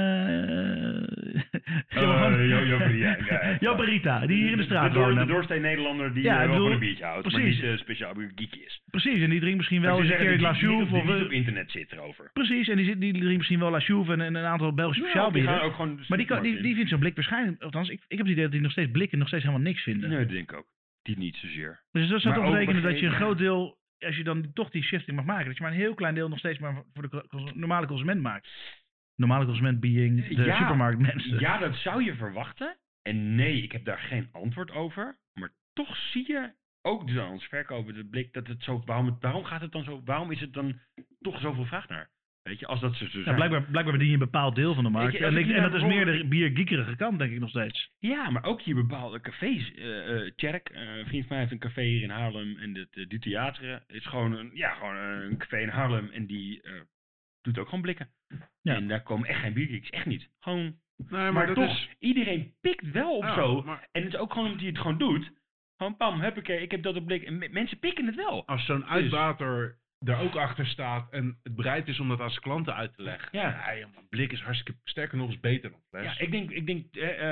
Joop en Rita, die hier in de straat wonen. De doorsteen Nederlander die wel van een biertje houdt, precies. maar niet speciaal geek is. Precies, en die drinkt misschien wel eens een keer La Chouve. Of niet op internet zit erover. Precies, en die drinkt misschien wel La Chouve en een aantal Belgische speciaalbieren. Maar die vindt zo'n blik waarschijnlijk... Althans, ik heb het idee dat die nog steeds blikken nog steeds helemaal niks vinden. Nee, dat denk ik ook. Die niet zozeer. Dus dat zou toch betekenen dat je een groot deel... Als je dan toch die shifting mag maken, dat je maar een heel klein deel nog steeds maar voor de normale consument maakt. Normale consument being de supermarktmensen. Ja, dat zou je verwachten. En nee, ik heb daar geen antwoord over. Maar toch zie je ook dus aan ons verkopen de blik dat het zo... Waarom gaat het dan zo... Waarom is het dan toch zoveel vraag naar? Weet je, als dat zo zijn. Blijkbaar bedien je een bepaald deel van de markt. En dat is meer de biergiekerige kant, denk ik nog steeds. Ja, maar ook hier bepaalde cafés. Tjerk, een vriend van mij heeft een café hier in Haarlem. En het Du Theater is gewoon een café in Haarlem. En die doet ook gewoon blikken. Ja. En daar komen echt geen biergeeks. Echt niet. Gewoon Nee, Maar dat toch, is... iedereen pikt wel op Ja, zo. maar En het is ook gewoon omdat hij het gewoon doet. Gewoon pam, huppakee, ik heb dat op blik. En mensen pikken het wel. als zo'n uitbater er ook achter staat en het bereid is om dat aan zijn klanten uit te leggen. Ja. Ja, man, blik is hartstikke sterker nog eens beter dan fles. Ja, ik denk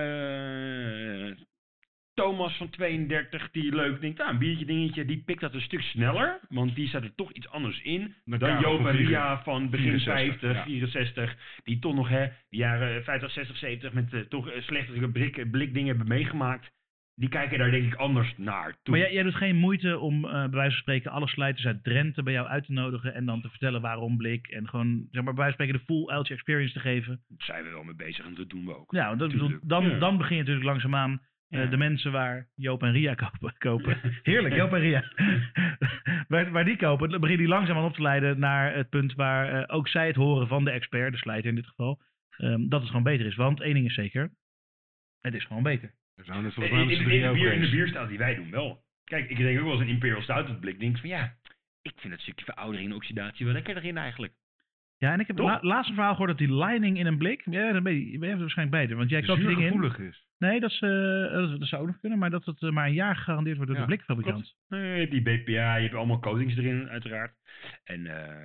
Thomas van 32, die leuk denkt, een biertje dingetje, die pikt dat een stuk sneller. Want die staat er toch iets anders in dan Karel Joop van en Vliegen. Ria van begin 64, 50, ja. 64. Die toch nog de jaren 50, 60, 70 met toch slechte blikdingen hebben meegemaakt. Die kijken daar denk ik anders naar toe. Maar jij doet geen moeite om bij wijze van spreken alle slijters uit Drenthe bij jou uit te nodigen en dan te vertellen waarom blik en gewoon zeg maar bij wijze van spreken de full Uiltje experience te geven. Daar zijn we wel mee bezig en dat doen we ook. Ja, want Tuurlijk. dan begin je natuurlijk langzaamaan de mensen waar Joop en Ria kopen. Heerlijk, Joop en Ria. waar die kopen, dan begin je die langzaamaan op te leiden naar het punt waar ook zij het horen van de expert, de slijter in dit geval, dat het gewoon beter is. Want één ding is zeker, het is gewoon beter. We zouden het volgens mij met z'n drieën over In de eens. bierstijl die wij doen wel. Kijk, ik denk ook wel eens een Imperial Stout op blik. Denk van ja, ik vind het stukje veroudering en oxidatie wel lekker erin eigenlijk. Ja, en ik heb laatst een verhaal gehoord dat die lining in een blik, ja, dan ben je het waarschijnlijk beter, want jij koopt die dingen in. Zuurgevoelig is. Nee, dat zou ook nog kunnen, maar dat het maar een jaar gegarandeerd wordt door de blikfabrikant. Die BPA, je hebt allemaal coatings erin uiteraard. En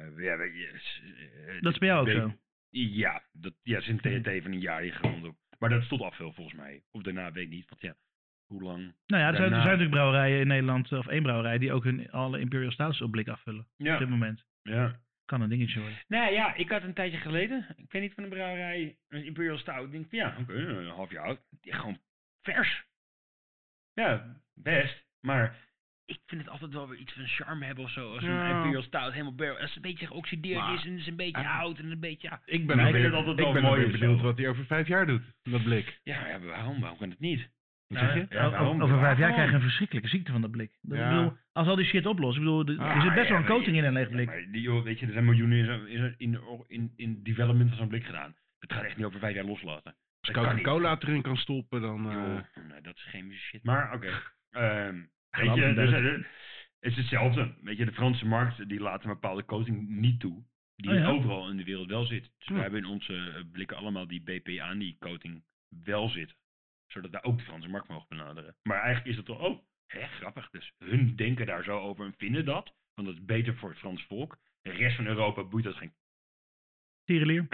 Dat is bij jou ook zo? Ja, er is een THT van een jaar ingeronden op. Maar dat stond af veel volgens mij. Of daarna weet ik niet, want ja, hoe lang? Nou ja, er zijn daarna- natuurlijk brouwerijen in Nederland, of één brouwerij, die ook alle Imperial Stouts op blik afvullen. Ja. Op dit moment. Ja. Kan een dingetje worden. Nou ja, ik had een tijdje geleden, ik weet niet van een brouwerij, een Imperial Stout. Ik denk van ja, oké, een half jaar oud. Gewoon vers. Ja, best. Maar ik vind het altijd wel weer iets van charme hebben of zo. Als Ja. een Imperial Stout helemaal barrel, als het een beetje geoxideerd Maar- is en het is een beetje oud en een beetje, ja. Ik ben Maar ook ik vind weer, het altijd ik wel ben mooi ook weer of benieuwd zo. wat hij over 5 jaar doet, dat blik. Ja, waarom kan het niet? Wat zeg je? Ja, waarom? Over 5 jaar Waarom? krijg je een verschrikkelijke ziekte van dat blik. Ik Ja. bedoel, als al die shit oplost, ik bedoel, er zit best wel een coating in een leeg blik. Maar weet je, er zijn miljoenen in development van zo'n blik gedaan. Het gaat echt niet over 5 jaar loslaten. Als Dat kan niet. Coca-Cola het erin kan stoppen, dan... Joh, nee, dat is chemische shit. Maar oké. Weet Geloof je, me, dus, dat- het is hetzelfde. Weet je, de Franse markt die laat een bepaalde coating niet toe. Die Oh ja? overal in de wereld wel zit. Dus Ja. we hebben in onze blikken allemaal die BPA aan die coating wel zitten. Zodat daar ook de Franse markt mogen benaderen. Maar eigenlijk is het toch, grappig. Dus hun denken daar zo over en vinden dat. Want dat is beter voor het Frans volk. De rest van Europa boeit dat geen... Tierenlier.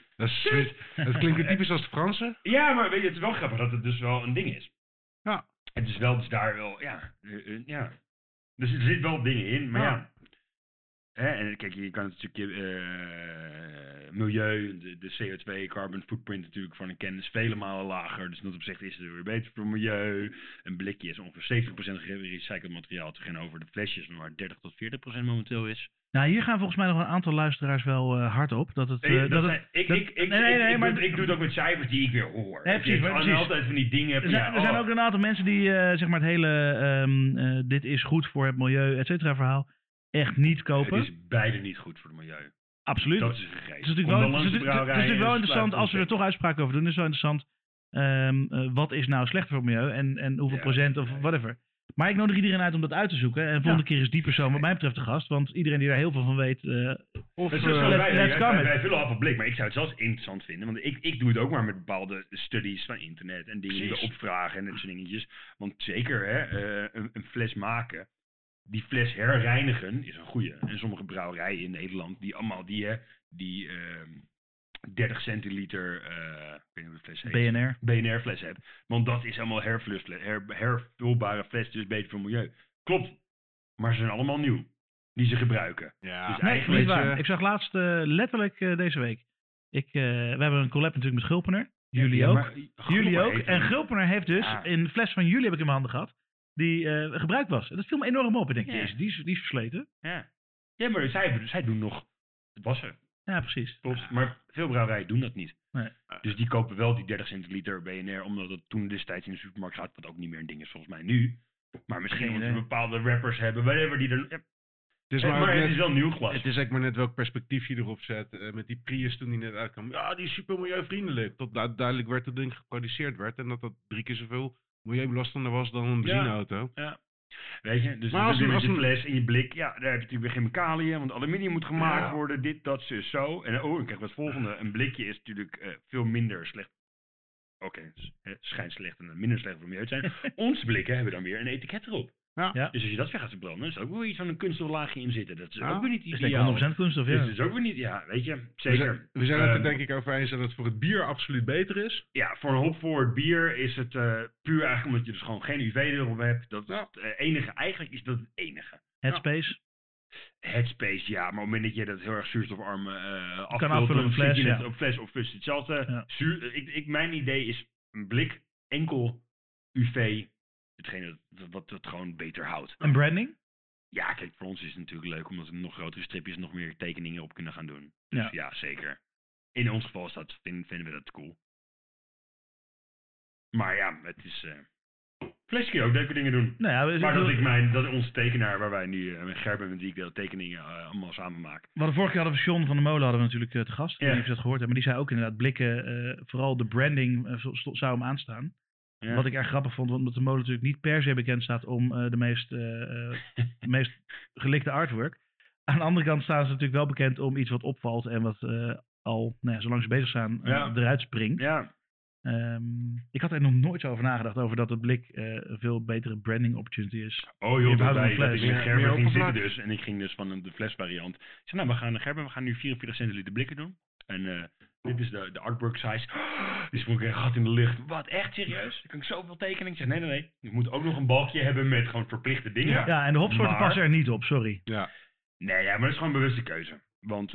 Dat klinkt weer typisch als de Fransen. Ja, maar weet je, het is wel grappig dat het dus wel een ding is. Ja. Het is wel, dus daar wel, ja. Dus er zit wel dingen in, maar ja. Hè, en kijk, je kan het stukje milieu, de CO2, carbon footprint natuurlijk van een can is vele malen lager. Dus in dat opzicht is het weer beter voor milieu. Een blikje is ongeveer 70% gerecycled materiaal tegenover de flesjes, maar 30 tot 40% momenteel is. Nou, hier gaan volgens mij nog een aantal luisteraars wel hard op. Dat het, Ik doe het ook met cijfers die ik weer hoor. Nee, precies, maar precies. Altijd van die dingen. Er zijn ook een aantal mensen die zeg maar het hele dit is goed voor het milieu, et cetera verhaal echt niet kopen. Het is beide niet goed voor het milieu. Absoluut. Dat is een gegeven. Het is natuurlijk wel interessant, als we er toch uitspraken over doen, is het wel interessant. Wat is nou slecht voor het milieu en hoeveel procent of whatever. Maar ik nodig iedereen uit om dat uit te zoeken. En volgende keer is die persoon wat mij betreft de gast. Want iedereen die daar heel veel van weet... Wij vullen af op blik, maar ik zou het zelfs interessant vinden. Want ik doe het ook maar met bepaalde studies van internet en dingen die we opvragen en dat soort dingetjes. Want zeker, een fles maken, die fles herreinigen is een goeie. En sommige brouwerijen in Nederland, die allemaal die 30 centiliter, ik weet niet hoe de fles heet. BNR fles hebben. Want dat is allemaal hervulbare fles, dus beter voor het milieu. Klopt. Maar ze zijn allemaal nieuw. Die ze gebruiken. Ja. Dus Nee, eigenlijk... niet waar. Ik zag laatst, letterlijk deze week. We hebben een collab natuurlijk met Gulpener. Jullie ook. Jullie ook. En Gulpener heeft dus een fles van jullie heb ik in mijn handen gehad. Die gebruikt was. En dat viel me enorm op. Ik denk, jezus, die is versleten. Ja, maar zij doen nog het wassen. Ja, precies. Klopt, maar veel brouwerijen doen dat niet. Nee. Dus die kopen wel die 30 centiliter BNR, omdat het toen destijds in de supermarkt gaat, wat ook niet meer een ding is volgens mij nu. Maar misschien moeten we bepaalde rappers hebben, whatever die er... Het is het is wel nieuw glas. Het is eigenlijk maar net welk perspectief je erop zet. Met die Prius toen die net uitkwam. Ja, die is super milieuvriendelijk. Tot duidelijk werd dat ding geproduceerd werd. En dat 3 keer zoveel milieubelastender was dan een benzineauto. Ja. Weet je, dus maar als met je fles en je blik, daar heb je natuurlijk weer chemicaliën, want aluminium moet gemaakt worden, dit, dat, zo. En ik krijg het volgende. Een blikje is natuurlijk veel minder slecht oké, schijnt slecht en minder slecht voor het milieu te zijn. Onze blikken hebben dan weer een etiket erop. Ja. Ja. Dus als je dat weer gaat verbranden, is er ook wel iets van een kunststoflaagje in zitten. Dat is ook weer niet Is ideaal. denk ik 100% kunststof, Dus ja. het is ook weer niet, weet je, zeker. We zijn het er denk ik over eens dat het voor het bier absoluut beter is. Ja, voor een hopforward bier is het puur eigenlijk omdat je dus gewoon geen UV erop hebt. Dat is het enige, eigenlijk is dat het enige. Headspace. Headspace, ja, maar op het moment dat je dat heel erg zuurstofarm afvult, afvullen dan op fles, zit je ja. het op fles of fles hetzelfde. Ja. Mijn idee is een blik enkel UV, hetgene wat het gewoon beter houdt. En branding? Ja, kijk, voor ons is het natuurlijk leuk omdat we nog grotere stripjes, nog meer tekeningen op kunnen gaan doen. Dus Ja. ja, zeker. In ons geval is vinden we dat cool. Maar ja, het is... Flesje kun je ook leuke dingen doen. Nou ja, Dat onze tekenaar, waar wij nu met Gerben met die ik de tekeningen allemaal samen maken. we hadden vorige keer John van der Molen hadden we natuurlijk te gast. Ik weet niet of je dat gehoord hebt, maar die zei ook inderdaad blikken, vooral de branding zou hem aanstaan. Ja. Wat ik erg grappig vond, omdat de molen natuurlijk niet per se bekend staat om de meest gelikte artwork. Aan de andere kant staan ze natuurlijk wel bekend om iets wat opvalt en wat al, zolang ze bezig zijn, eruit springt. Ja. Ik had er nog nooit zo over nagedacht, over dat het blik een veel betere branding opportunity is. Oh joh, behoud een dat fles. ik met Gerben Meer ging zitten oppervlak. dus. En ik ging dus van de flesvariant. Ik zei, nou, we gaan nu 44 centiliter blikken doen. En dit is de artwork size. Die sprong een gat in de lucht. Wat, echt serieus? Dan kan ik zoveel tekenen? Ik zeg, nee. Je moet ook nog een balkje hebben met gewoon verplichte dingen. Ja, en de hopsoorten Maar- passen er niet op, sorry. Ja. Nee, ja, maar dat is gewoon een bewuste keuze. Want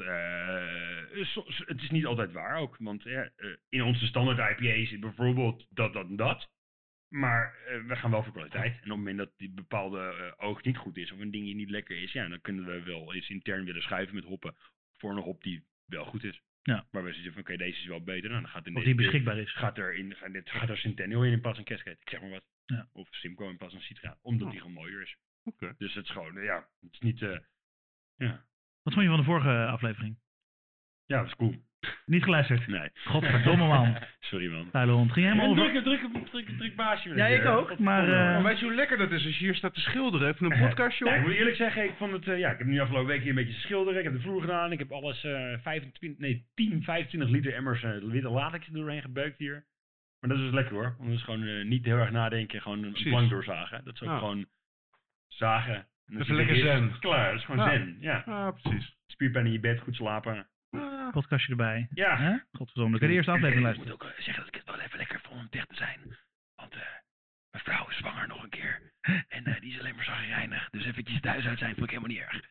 het is niet altijd waar ook. Want in onze standaard IPA's zit bijvoorbeeld dat. Maar we gaan wel voor kwaliteit. En op het moment dat die bepaalde oog niet goed is of een dingje niet lekker is, ja, dan kunnen we wel eens intern willen schuiven met hoppen voor een hop die wel goed is. Ja. Maar we zeggen van oké, deze is wel beter. Nou, dan gaat in Of deze die beschikbaar is. gaat er Centennial in plaats van Cascade. Ik zeg maar wat. Ja. Of Simcoe in plaats van Citra. Omdat die gewoon mooier is. Oké. Dus het is gewoon, het is niet, ja. Wat vond je van de vorige aflevering? Ja, dat is cool. Niet geluisterd. Nee. Godverdomme man. Sorry man. Vuile hond. Ging helemaal over... Druk baasje. Ja, ik ook, maar... Maar weet je hoe lekker dat is als je hier staat te schilderen? Even een podcastje Ja, ik op. moet eerlijk zeggen, ik vond het, ik heb nu afgelopen week hier een beetje schilderen. Ik heb de vloer gedaan. Ik heb alles 10, 25 liter emmers witte latex doorheen gebeukt hier. Maar dat is dus lekker hoor. Want dat is gewoon niet heel erg nadenken. Gewoon een Precies. plank doorzagen. Dat is ook Ja. gewoon zagen. En als Even je lekker er is, zen. is het klaar. Dat is gewoon Ja. zen. Ja. Ja, precies. Spierpijn in je bed, goed slapen. Podcastje erbij. Ja. Hè? Godverdomme. Dan kun je de eerste aflevering Ik moet luisteren. ook zeggen dat ik het wel even lekker vond om dicht te zijn. Want mijn vrouw is zwanger nog een keer. En die is alleen maar zagrijnig. Dus eventjes thuis uit zijn vond ik helemaal niet erg.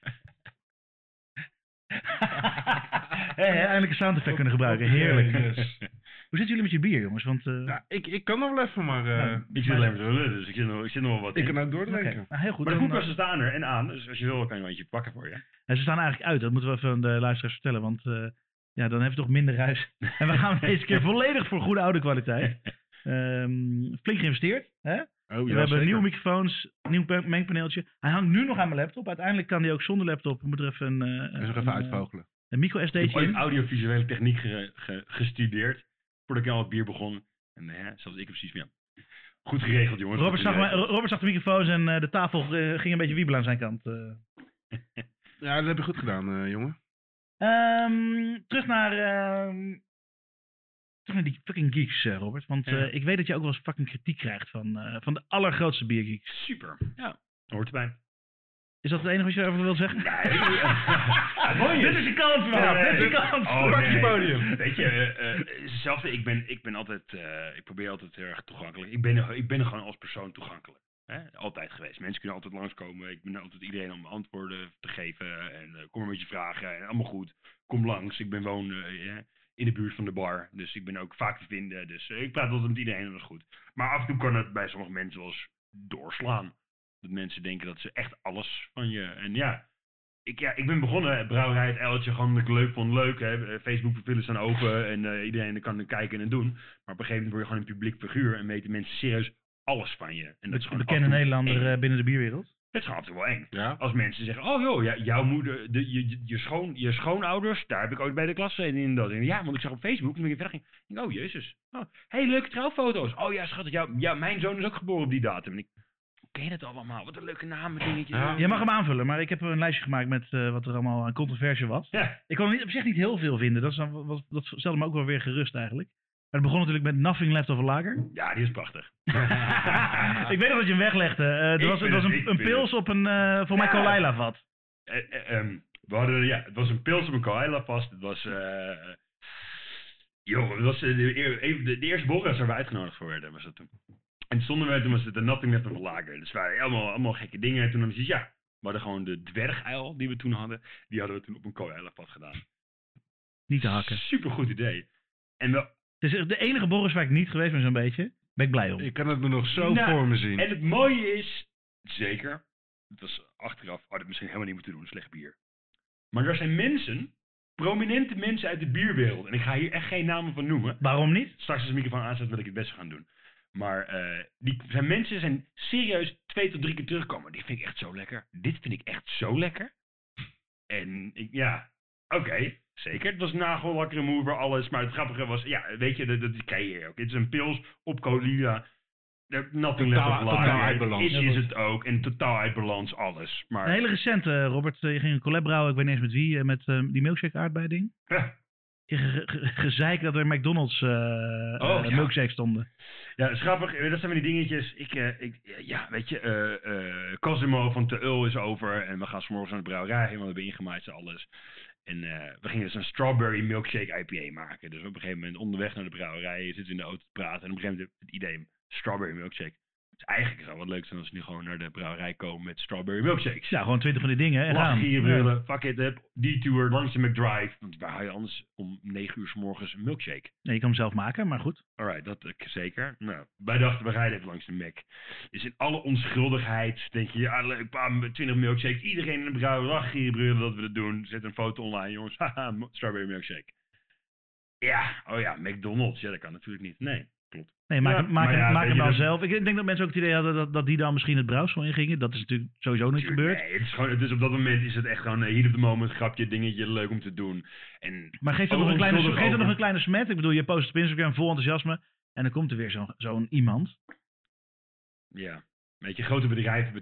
Eindelijk een sound effect kunnen gebruiken. Heerlijk. Yes. Hoe zitten jullie met je bier, jongens? Want, Ja, ik kan nog wel even, maar Ik zit alleen maar te lullen, dus ik zit nog wel wat ik in. kan ook oké. doordrinken. Nou, heel goed. Maar de Dan, koelkasten staan er en aan. Dus als je wil, kan je een eentje pakken voor je. ze staan eigenlijk uit. Dat moeten we even aan de luisteraars vertellen. Want dan hebben we toch minder ruis. En we gaan deze keer volledig voor goede oude kwaliteit. Flink geïnvesteerd. Hè? Oh, We hebben nieuwe microfoons, nieuw mengpaneeltje. Hij hangt nu nog aan mijn laptop. Uiteindelijk kan hij ook zonder laptop. We moeten er even nog even uitvogelen. een micro Ik heb SD'tje ooit in. audiovisuele techniek gestudeerd. Voordat ik al het bier begon. En zelfs ik heb precies van ja. Goed geregeld, jongens. Robert zag de microfoons en de tafel ging een beetje wiebelen aan zijn kant. Ja, dat heb je goed gedaan, jongen. Terug naar die fucking geeks, Robert. Want Ja. ik weet dat je ook wel eens fucking kritiek krijgt van de allergrootste biergeeks. Super. Ja, hoort erbij. Is dat het enige wat je erover wil zeggen? Nee. Dit is je kans, man. Dit is je kans. Pak je podium. Weet je, hetzelfde. Ik ben altijd, ik probeer altijd heel erg toegankelijk. Ik ben er gewoon als persoon toegankelijk. Hè? Altijd geweest. Mensen kunnen altijd langskomen. Ik ben altijd iedereen om antwoorden te geven. En kom maar met je vragen. En allemaal goed. Kom langs. Ik woon in de buurt van de bar. Dus ik ben ook vaak te vinden. Dus ik praat altijd met iedereen en dat is goed. Maar af en toe kan het bij sommige mensen wel eens doorslaan. Dat mensen denken dat ze echt alles van je... En ja, ik ben begonnen, brouwerij Het Uiltje, gewoon omdat ik het leuk vond. Leuk, hè. Facebook-profielen staan open en iedereen kan kijken en doen. Maar op een gegeven moment word je gewoon een publiek figuur en weten mensen serieus alles van je. En dat is Een gewoon bekende af en toe Nederlander eng. binnen de bierwereld. Het is gewoon altijd wel eng. Ja. Als mensen zeggen, oh joh, ja, jouw moeder, je schoonouders, daar heb ik ooit bij de klas gezeten in dat. En ja, want ik zag op Facebook, toen ik verder ging, ik denk, oh jezus. Oh, hey, leuke trouwfoto's. Oh ja, schattig, mijn zoon is ook geboren op die datum. En ik, hoe ken je dat allemaal? Wat een leuke namen, dingetjes. Ja. Je mag hem aanvullen, maar ik heb een lijstje gemaakt met wat er allemaal aan controversie was. Ja. Ik kon er op zich niet heel veel vinden. Dat stelde me ook wel weer gerust eigenlijk. Maar het begon natuurlijk met Nothing Left of a Lager. Ja, die is prachtig. Ik weet nog dat je hem weglegde. Het was een pils op een, voor mij, Kolayla vat. Het was een pils op een Kolayla vast. Het was... het was de eerste borrels waar we uitgenodigd voor werden, was dat toen. En toen was het een Nothing Left of a Lager. Dus waren allemaal gekke dingen. En toen hadden we we hadden gewoon de dwerguil die we toen hadden. Die hadden we toen op een Kolayla vat gedaan. Niet te hakken. Super goed idee. En wel... Het is de enige borrels waar ik niet geweest ben zo'n beetje. Ben ik blij om. Ik kan het me nog zo voor me zien. En het mooie is, zeker, het was achteraf, had het misschien helemaal niet moeten doen, slecht bier. Maar er zijn mensen, prominente mensen uit de bierwereld, en ik ga hier echt geen namen van noemen. Waarom niet? Straks als de microfoon aanzet wil ik het best gaan doen. Maar mensen zijn serieus 2 tot 3 keer terugkomen. Die vind ik echt zo lekker. Dit vind ik echt zo lekker. En oké. Zeker, het was nagellak remover, alles. Maar het grappige was, weet je, dat krijg je hier ook. Het is een pils op Kolayla. Nothing Left of a Lager. Totaal uit balans. Is het ook. En totaal uit balans, alles. Maar... Een hele recente, Robert. Je ging een collab brouwen, ik weet niet eens met wie. Met die milkshake aardbei ding. Je gezeik dat er McDonald's milkshake stonden. Ja, dat is grappig. Dat zijn van die dingetjes. Weet je, Cosimo van Te Ul is over. En we gaan 's morgens naar de brouwerij. Helemaal hebben ingemaaid en alles. En we gingen dus een strawberry milkshake IPA maken. Dus op een gegeven moment onderweg naar de brouwerij zitten we in de auto te praten. En op een gegeven moment het idee, strawberry milkshake. Dus eigenlijk zou het wat leuk zijn als we nu gewoon naar de brouwerij komen met strawberry milkshakes. Ja, gewoon 20 van die dingen. En lachen, hier willen, fuck it, detour langs de McDrive. Want waar haal je anders om 9 uur 's morgens een milkshake? Nee, je kan hem zelf maken, maar goed. Alright, dat zeker. Nou, wij dachten, we rijden even langs de Mac. Dus in alle onschuldigheid denk je, ja leuk, bam, 20 milkshakes. Iedereen in de brouwerij, lachen, hier brullen dat we dat doen. Zet een foto online, jongens. Haha, strawberry milkshake. Ja, McDonald's. Ja, dat kan natuurlijk niet. Nee, klopt. Nee, maak hem wel zelf. Ik denk dat mensen ook het idee hadden dat die dan misschien het brouwsel ingingen. Dat is natuurlijk sowieso niet gebeurd. Nee, het is op dat moment is het echt gewoon heat of the moment, grapje, dingetje, leuk om te doen. Maar geef er nog een kleine smet. Ik bedoel, je post op Instagram vol enthousiasme. En dan komt er weer zo'n iemand. Ja. Weet je, grote bedrijven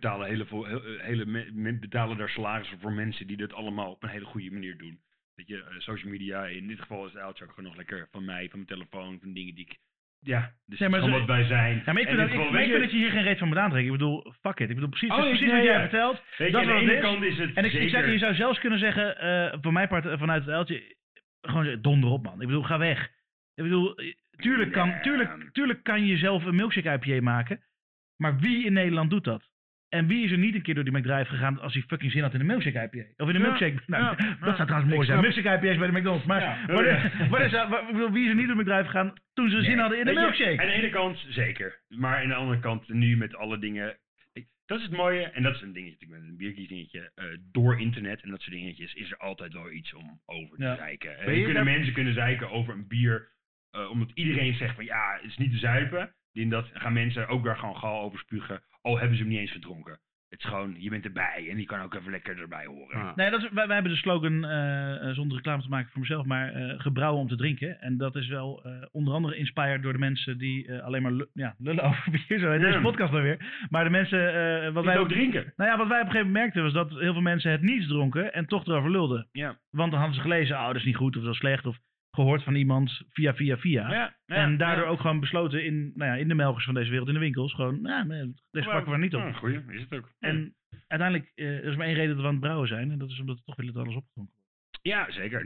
betalen daar salarissen voor mensen die dit allemaal op een hele goede manier doen. Weet je, social media, in dit geval is het uiltje ook gewoon nog lekker van mij, van mijn telefoon, van dingen die ik... Ja, dus gewoon wat wij zijn. Ja, maar ik vind dat je hier geen reet van moet aantrekken. Ik bedoel, fuck it. Ik bedoel, precies wat jij vertelt. Weet je, aan de ene kant is het en je zou zelfs kunnen zeggen, voor mijn part vanuit het uiltje, gewoon zeggen, donder op man. Ik bedoel, ga weg. Ik bedoel, tuurlijk kan je zelf een milkshake IPA maken. Maar wie in Nederland doet dat? En wie is er niet een keer door die McDrive gegaan als hij fucking zin had in een milkshake IPA? Of in een milkshake... Dat zou trouwens mooi zijn. Milkshake IPA's bij de McDonald's. Maar wie is er niet door de McDrive gegaan toen ze zin hadden in een milkshake? Aan de ene kant zeker. Maar aan de andere kant nu met alle dingen... Dat is het mooie. En dat is een dingetje, met een bierkiesdingetje. Door internet en dat soort dingetjes is er altijd wel iets om over te zeiken. Mensen kunnen zeiken over een bier. Omdat iedereen zegt van ja, het is niet te zuipen. Dat gaan mensen ook daar gewoon gal over spugen. Al hebben ze hem niet eens gedronken. Het is gewoon, je bent erbij en die kan ook even lekker erbij horen. Ah. Nee, wij hebben de slogan, zonder reclame te maken voor mezelf, maar gebrouwen om te drinken. En dat is wel onder andere inspired door de mensen die alleen maar lullen over bier. Zo, deze podcast dan weer. Maar de mensen... wat wij ook drinken. Nou ja, wat wij op een gegeven moment merkten was dat heel veel mensen het niets dronken en toch erover lulden. Ja. Want dan hadden ze gelezen, dat is niet goed of dat is slecht of... gehoord van iemand via. En daardoor ook gewoon besloten in de melkers van deze wereld, in de winkels, gewoon, deze pakken we niet op. Goeie, is het ook. En uiteindelijk, er is maar één reden dat we aan het brouwen zijn, en dat is omdat we toch willen dat alles opgedronken wordt. Ja, zeker.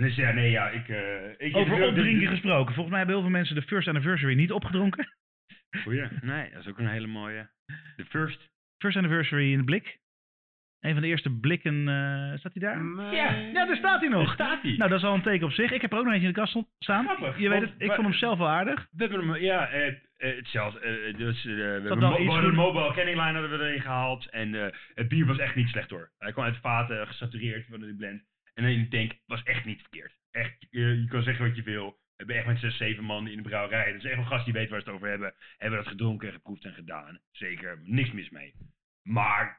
Over opdrinken gesproken. Volgens mij hebben heel veel mensen de First Anniversary niet opgedronken. Goeie. Nee, dat is ook een hele mooie. De First Anniversary in de blik. Een van de eerste blikken, staat hij daar? Nee. Ja, daar staat hij nog. Daar staat hij. Nou, dat is al een teken op zich. Ik heb er ook nog eentje in de kast staan. Grappig. Je weet het, ik vond hem zelf wel aardig. We hebben hem, hetzelfde. We hadden een mobile canning line hadden we erin gehaald. En het bier was echt niet slecht hoor. Hij kwam uit de vaten, gesatureerd van de blend. En in de tank was echt niet verkeerd. Echt, je kan zeggen wat je wil. We hebben echt met 6, 7 man in de brouwerij. Dat is echt een gast die weet waar ze het over hebben. Hebben dat gedronken, geproefd en gedaan. Zeker, niks mis mee. Maar...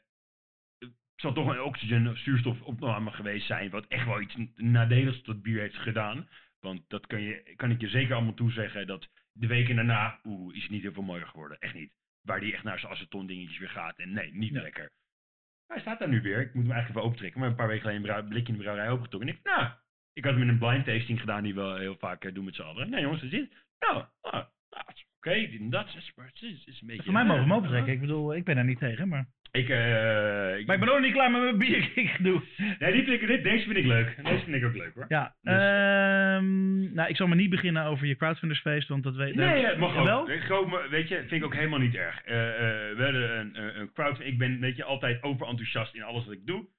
het zal toch een oxygen- of zuurstofopname geweest zijn, wat echt wel iets nadeligs tot bier heeft gedaan. Want dat kan ik je zeker allemaal toezeggen, dat de weken daarna, is het niet heel veel mooier geworden. Echt niet. Waar die echt naar zijn aceton dingetjes weer gaat. En nee, niet lekker. Hij staat daar nu weer. Ik moet hem eigenlijk even opentrekken. Maar een paar weken geleden een blikje in de brouwerij opengetrokken. En ik Ik had hem in een blind tasting gedaan die we heel vaak doen met z'n allen. Nee jongens, dat is dit. Nou, oké, dat is een beetje... Voor mij mogen we hem opentrekken. Ik bedoel, ik ben daar niet tegen, maar... Maar ik ben ook niet klaar met mijn biergedoe. Nee, deze vind ik leuk. Deze vind ik ook leuk hoor. Ja, Dus. Nou, ik zal maar niet beginnen over je crowdfundersfeest, want dat weet... Nee, het mag ook. Wel? Weet je, vind ik ook helemaal niet erg. We hadden een crowdfunding. Ik ben, weet je, altijd overenthousiast in alles wat ik doe.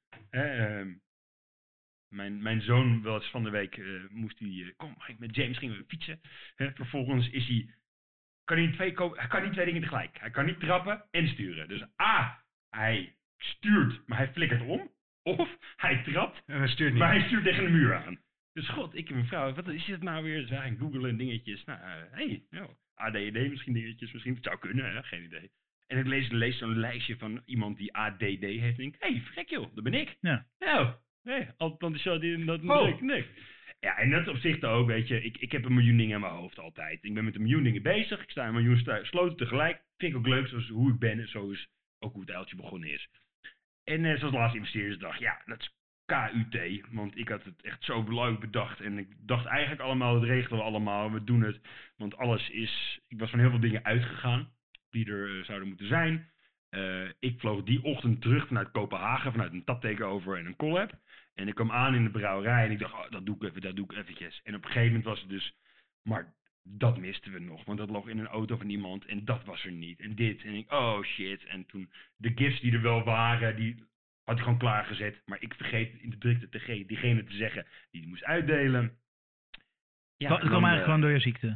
Mijn zoon, wel eens van de week, moest hij... met James gingen we fietsen. Vervolgens is hij... Hij kan niet twee dingen tegelijk. Hij kan niet trappen en sturen. Dus hij stuurt, maar hij flikkert om. Of hij trapt, En hij stuurt niet. maar hij stuurt tegen de muur aan. Dus god, ik en mijn vrouw, wat is het nou weer? Dus wij gaan googlen dingetjes. Nou, ADD misschien dingetjes, misschien. Het zou kunnen, hè? Geen idee. En ik lees zo'n lijstje van iemand die ADD heeft. En denk frek joh, dat ben ik. Ja. Nou, altijd die dat nee. Ja, en dat op zich ook, weet je. Ik heb 1 miljoen dingen in mijn hoofd altijd. Ik ben met 1 miljoen dingen bezig. Ik sta in 1 miljoen sloten tegelijk. Vind ik ook leuk, zoals hoe ik ben. En zo is ook hoe het uiltje begonnen is. En zoals laatste investeerdersdag, ja, dat is KUT. Want ik had het echt zo leuk bedacht. En ik dacht eigenlijk allemaal, dat regelen we allemaal. We doen het. Want alles is... Ik was van heel veel dingen uitgegaan. Die er zouden moeten zijn. Ik vloog die ochtend terug vanuit Kopenhagen. Vanuit een taptakeover en een collab. En ik kwam aan in de brouwerij. En ik dacht, dat doe ik eventjes. En op een gegeven moment was het dus... Maar dat misten we nog. Want dat lag in een auto van iemand. En dat was er niet. En dit. En ik, oh shit. En toen de gifts die er wel waren... Die had ik gewoon klaargezet. Maar ik vergeet in de drukte diegene te zeggen... Die het moest uitdelen. Ja, dat kwam eigenlijk gewoon door je ziekte.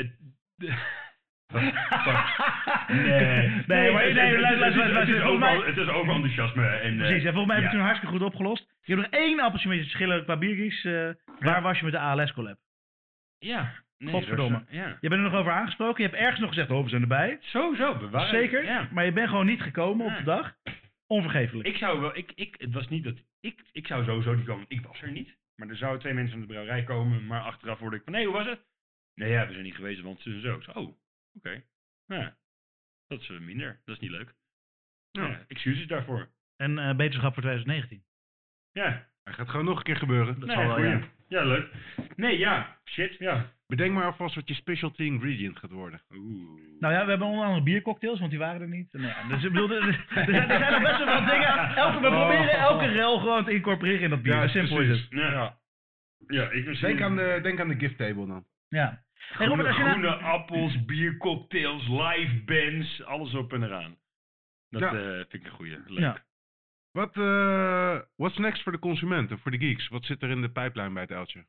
Het is overenthousiasme. Precies, en volgens mij heb je ja. toen hartstikke goed opgelost. Je hebt nog 1 appeltje met je schillen qua biergies. Waar was je met de ALS collab? Ja. Nee, Godverdomme. Ja. Je bent er nog over aangesproken. Je hebt ergens nog gezegd, we zijn erbij. Sowieso, bewaar. Zeker, Ja. maar je bent gewoon niet gekomen op de dag. Onvergeeflijk. Ik zou wel, het was niet dat, ik zou sowieso niet komen. Ik was er niet. Maar er zouden 2 mensen van de brouwerij komen. Maar achteraf hoorde ik van, nee, hoe was het? Nee, ja, we zijn niet geweest, want ze en zo. Ik zei, oké. Ja, dat is minder. Dat is niet leuk. Ja, excuses daarvoor. En beterschap voor 2019. Ja. Hij gaat gewoon nog een keer gebeuren. Dat zal wel, goeie. ja. Ja, leuk. Nee, ja. Shit, ja. Bedenk maar alvast wat je specialty ingredient gaat worden. Oeh. Nou ja, we hebben onder andere biercocktails, want die waren er niet. Nou ja, dus ik bedoel, er zijn nog best wel wat dingen. We proberen elke rel gewoon te incorporeren in dat bier. Ja, Simpel is het. Ja, ik misschien... Denk aan de gift table dan. Ja. Hey, Robert, als je groene appels, biercocktails, live bands, alles op en eraan. Dat vind ik een goeie. Leuk. Ja. What's next voor de consumenten, voor de geeks? Wat zit er in de pijplijn bij het uiltje?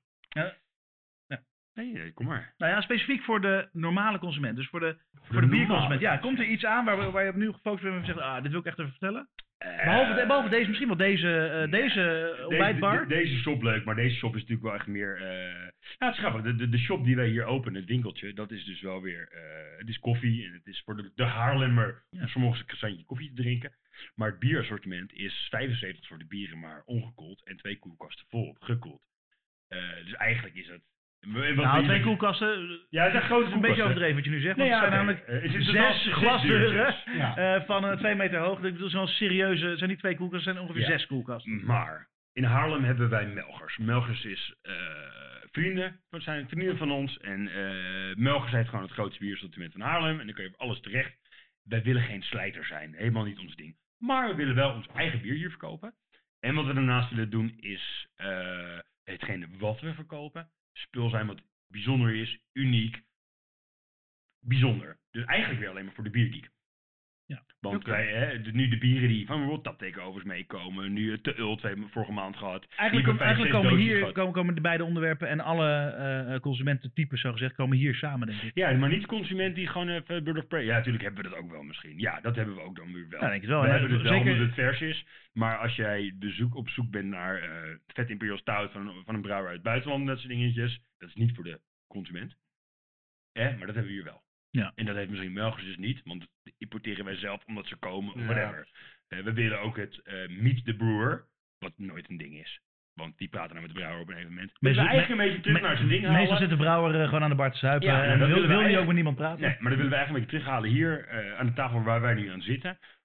Nee, kom maar. Nou ja, specifiek voor de normale consument. Dus voor de bierconsument. Ja, komt er iets aan waar je op nu gefocust bent en zegt, dit wil ik echt even vertellen? Behalve deze misschien wel, deze ontbijtbar. Deze shop leuk, maar deze shop is natuurlijk wel echt meer... het is grappig. De shop die wij hier openen, het winkeltje, dat is dus wel weer... het is koffie en het is voor de Haarlemmer om sommige een croissantje koffie te drinken. Maar het bierassortiment is 75 soorten bieren, maar ongekoeld en 2 koelkasten vol gekoeld. Dus eigenlijk is het... Nou, 2 koelkasten. Ja, dat is een beetje overdreven wat je nu zegt. Want het zijn namelijk 6 glasdeuren van 2 meter hoog. Ik bedoel, zo'n serieuze, het zijn niet 2 koelkasten, het zijn ongeveer 6 koelkasten. Maar in Haarlem hebben wij Melgers. Melgers is vrienden van ons. En Melgers heeft gewoon het grootste bierassortiment van Haarlem. En dan kun je alles terecht. Wij willen geen slijter zijn. Helemaal niet ons ding. Maar we willen wel ons eigen bier hier verkopen. En wat we daarnaast willen doen is hetgene wat we verkopen. Spul zijn wat bijzonder is, uniek, bijzonder. Dus eigenlijk weer alleen maar voor de biergeek. Ja. Want wij, nu de bieren die van World Taptakeovers meekomen, nu het Ult vorige maand gehad. Eigenlijk komen de beide onderwerpen en alle consumententypes, zo gezegd, komen hier samen, denk ik. Ja, maar niet consument die gewoon even Bird of Prey. Ja, natuurlijk hebben we dat ook wel misschien. Ja, dat hebben we ook dan weer wel. Ja, denk ik wel. We hebben het wel omdat het vers is. Maar als jij op zoek bent naar vet Imperial Stout van een brouwer uit het buitenland, dat soort dingetjes, dat is niet voor de consument. Maar dat hebben we hier wel. Ja. En dat heeft misschien Melgers dus niet, want dat importeren wij zelf omdat ze komen, of whatever. We willen ook het Meet the Brewer, wat nooit een ding is. Want die praten nou met de brouwer op een evenement. We eigenlijk een beetje terug naar zijn ding halen. Meestal zit de brouwer gewoon aan de bar te zuipen en wil je ook met niemand praten. Nee, maar dat willen we eigenlijk een beetje terughalen hier aan de tafel waar wij nu aan zitten.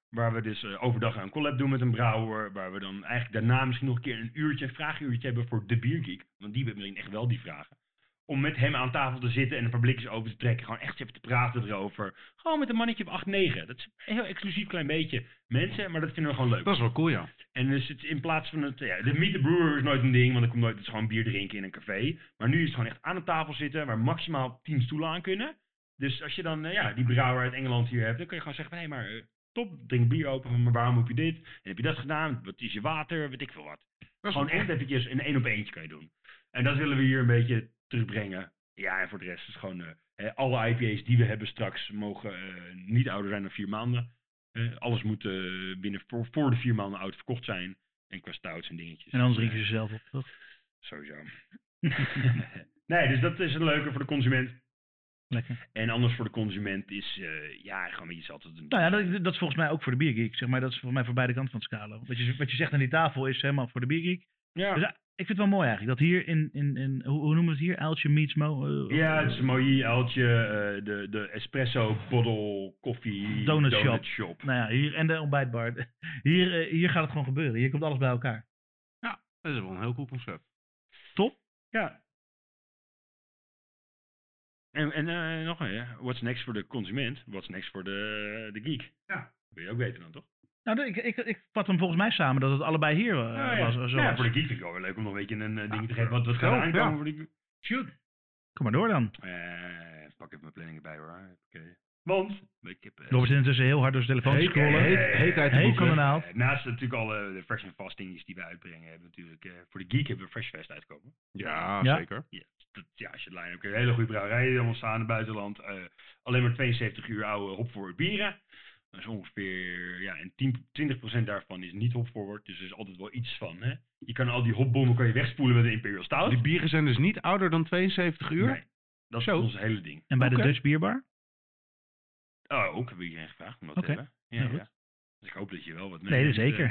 Waar we dus overdag een collab doen met een brouwer. Waar we dan eigenlijk daarna misschien nog een keer een vraaguurtje hebben voor de Biergeek. Want die hebben misschien echt wel die vragen. Om met hem aan tafel te zitten en een paar blikjes over te trekken. Gewoon echt even te praten erover. Gewoon met een mannetje of 8, 9. Dat is een heel exclusief klein beetje mensen. Maar dat vinden we gewoon leuk. Dat is wel cool, ja. En dus het, in plaats van het... Ja, de Meet the Brewer is nooit een ding. Want er komt nooit... Het is gewoon bier drinken in een café. Maar nu is het gewoon echt aan de tafel zitten. Waar maximaal 10 stoelen aan kunnen. Dus als je dan die brouwer uit Engeland hier hebt. Dan kun je gewoon zeggen van... Hé, maar top. Drink bier open. Maar waarom heb je dit? En heb je dat gedaan? Wat is je water? Weet ik veel wat. Gewoon echt eventjes een 1-op-1 kan je doen. En dat willen we hier een beetje terugbrengen. Ja, en voor de rest is gewoon... alle IPA's die we hebben straks mogen niet ouder zijn dan 4 maanden. Alles moet binnen voor de 4 maanden oud verkocht zijn. En qua stouts en dingetjes. En anders drinken ze zelf op, toch? Sowieso. Nee, dus dat is een leuke voor de consument. Lekker. En anders voor de consument is gewoon iets altijd doen. Nou ja, dat is volgens mij ook voor de Biergeek. Zeg maar, dat is volgens mij voor beide kanten van het scala. Wat je zegt aan die tafel is helemaal voor de Biergeek. Ja. Dus, ik vind het wel mooi eigenlijk. Dat hier in hoe noemen we het hier? Uiltje meets Mo? Ja, het is een mooi uiltje. De espresso bottle koffie donut shop. Nou ja, hier en de ontbijtbar. Hier gaat het gewoon gebeuren. Hier komt alles bij elkaar. Ja, dat is wel een heel cool concept. Top. Ja. En nog een, what's next voor de consument? What's next voor de geek? Ja. Wil je ook weten dan, toch? Nou, ik vat hem volgens mij samen dat het allebei hier was. Ja, voor de geek vind ik wel leuk om nog een beetje een ding te geven. Wat gaat er aankomen voor de geek? Shoot. Kom maar door dan. Pak even mijn planning erbij hoor. Want ik heb... Robert is intussen heel hard door zijn telefoon te scrollen. Heet uit de boeken. Naast natuurlijk alle de Fresh and Fast dingetjes die we uitbrengen, hebben we natuurlijk voor de geek hebben we Fresh Fest uitkomen. Ja, zeker. Ja, als je het line hebt, kun je een hele goede brouwerijen allemaal staan in het buitenland. Alleen maar 72 uur oude hopforward bieren. Dat is ongeveer, en 20% daarvan is niet hopforward. Dus er is altijd wel iets van, hè. Je kan al die hopbommen wegspoelen met een Imperial Stout. Die bieren zijn dus niet ouder dan 72 uur? Nee, dat is ons hele ding. En bij de Dutch Bierbar? Oh, ook heb ik iedereen gevraagd om dat te hebben. Ja. Dus ik hoop dat je wel wat... Nee, zeker.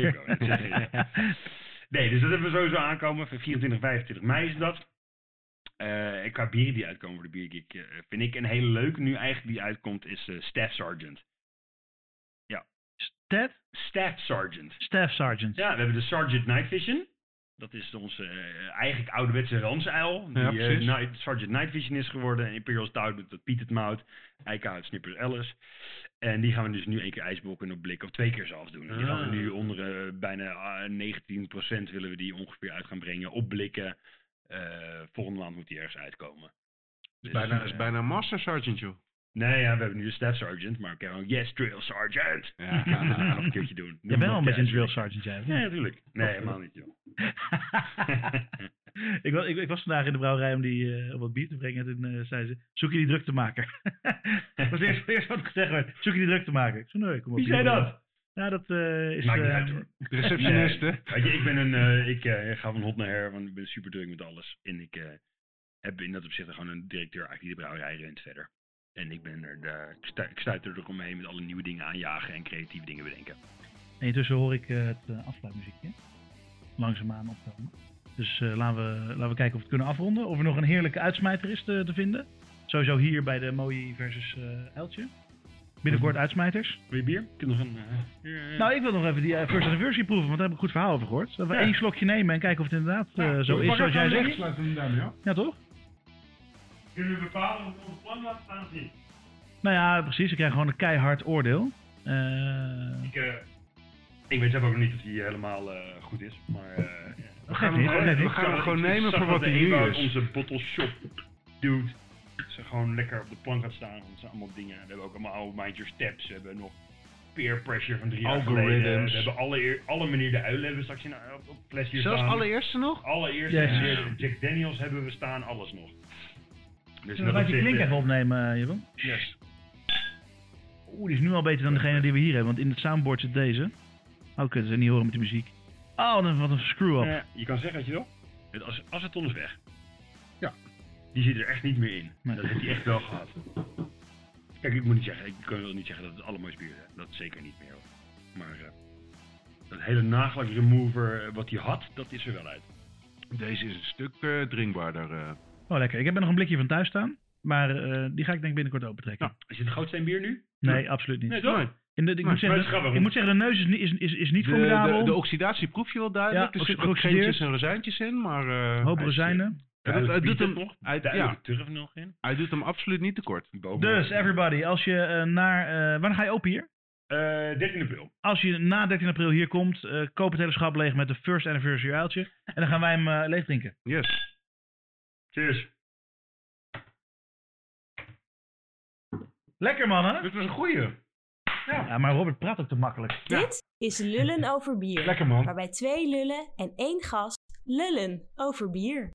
Nee, dus dat hebben we sowieso aankomen. 24, 25 mei is dat. En qua bieren die uitkomen voor de Biergeek vind ik een hele leuke. Nu eigenlijk die uitkomt is Staff Sergeant. Ja. Staff Sergeant. Staff Sergeant. Ja, we hebben de Sergeant Night Vision. Dat is onze eigenlijk ouderwetse ransuil. Die Sergeant Night Vision is geworden. En Imperial Stout met dat Pieted Mout. Eikenhout Snippers Alice. En die gaan we dus nu 1 keer ijsblokken en op blik. Of 2 keer zelfs doen. Die gaan we nu onder bijna 19% willen we die ongeveer uit gaan brengen. Op blikken. Volgende maand moet die ergens uitkomen. Dus, is bijna Master Sergeant, joh. Nee, we hebben nu de Staff Sergeant, maar ik heb gewoon Yes, Drill Sergeant. Ja, dat gaan we nog een keertje doen. Je bent wel een beetje een Drill Sergeant, jij? Ja, natuurlijk. Nee, helemaal niet, joh. ik was vandaag in de brouwerij om wat bier te brengen. En toen zei ze, zoek je die druktemaker? Dat was eerst wat gezegd werd. Zoek je die druktemaker? Ik zei, nee, kom op. Wie zei dat? Ja, dat is... Maakt niet uit, hoor. De receptionist, hè? Weet je, ik ga van hot naar her, want ik ben super druk met alles. En ik heb in dat opzicht gewoon een directeur eigenlijk die de brouwerij runt verder. En ik ben ik stuit er omheen met alle nieuwe dingen aanjagen en creatieve dingen bedenken. En intussen hoor ik het afsluitmuziekje langzaamaan opkomen. Dus laten we kijken of we het kunnen afronden. Of er nog een heerlijke uitsmijter is te vinden. Sowieso hier bij de Mooi versus Uiltje. Binnenkort uitsmijters. Wil je bier? Ik nog een... Nou, ik wil nog even die First Anniversary proeven, want daar heb ik een goed verhaal over gehoord. Dat we 1 slokje nemen en kijken of het inderdaad zo is zoals jij zegt. Ja, toch? Kunnen we bepalen of we ons plan laten staan of niet? Nou ja, precies. Ik krijg gewoon een keihard oordeel. Ik weet zelf ook nog niet of die helemaal goed is, maar... We gaan hem gewoon nemen voor wat hij nu is. Onze bottle shop dude. Ze gewoon lekker op de plank gaat staan. Dat zijn allemaal dingen. We hebben ook allemaal Mind Your Steps. We hebben nog peer pressure van 3 jaar geleden. We hebben alle meneer de uilen hebben we straks op flesje staan. Zelfs allereerste nog? Allereerste. Jack Daniels hebben we staan. Alles nog. Dus zullen we je klink even opnemen, Jeroen? Yes. Oeh, die is nu al beter dan degene die we hier hebben. Want in het soundboard zit deze. Oh, kut, ze niet horen met de muziek. Oh, wat een screw-up. Je kan zeggen wat je wil. Het aceton is weg. Ja. Die zit er echt niet meer in. Nee. Dat heeft hij echt wel gehad. Kijk, ik moet niet zeggen, ik kan wel niet zeggen dat het allermooiste bier is. Dat is zeker niet meer. Maar dat hele nagelak remover wat hij had, dat is er wel uit. Deze is een stuk drinkbaarder. Oh, lekker. Ik heb er nog een blikje van thuis staan. Maar die ga ik denk binnenkort opentrekken. Nou, is het Goudsteen bier nu? Nee, absoluut niet. Nee, toch? Ik moet zeggen, de neus is niet formidabel. De oxidatie proef je wel duidelijk. Ja, er zitten geintjes en rozijntjes in, maar... hoop rozijnen. Het doet hem nog. turf nog in. Hij doet hem absoluut niet tekort. Dus, everybody, als je wanneer ga je open hier? 13 april. Als je na 13 april hier komt, koop het hele schap leeg met de first anniversary uiltje. En dan gaan wij hem leeg drinken. Yes. Cheers. Lekker, mannen. Dit was een goeie. Ja, maar Robert praat ook te makkelijk. Dit is Lullen over bier. Lekker, man. Waarbij 2 lullen en 1 gast lullen over bier.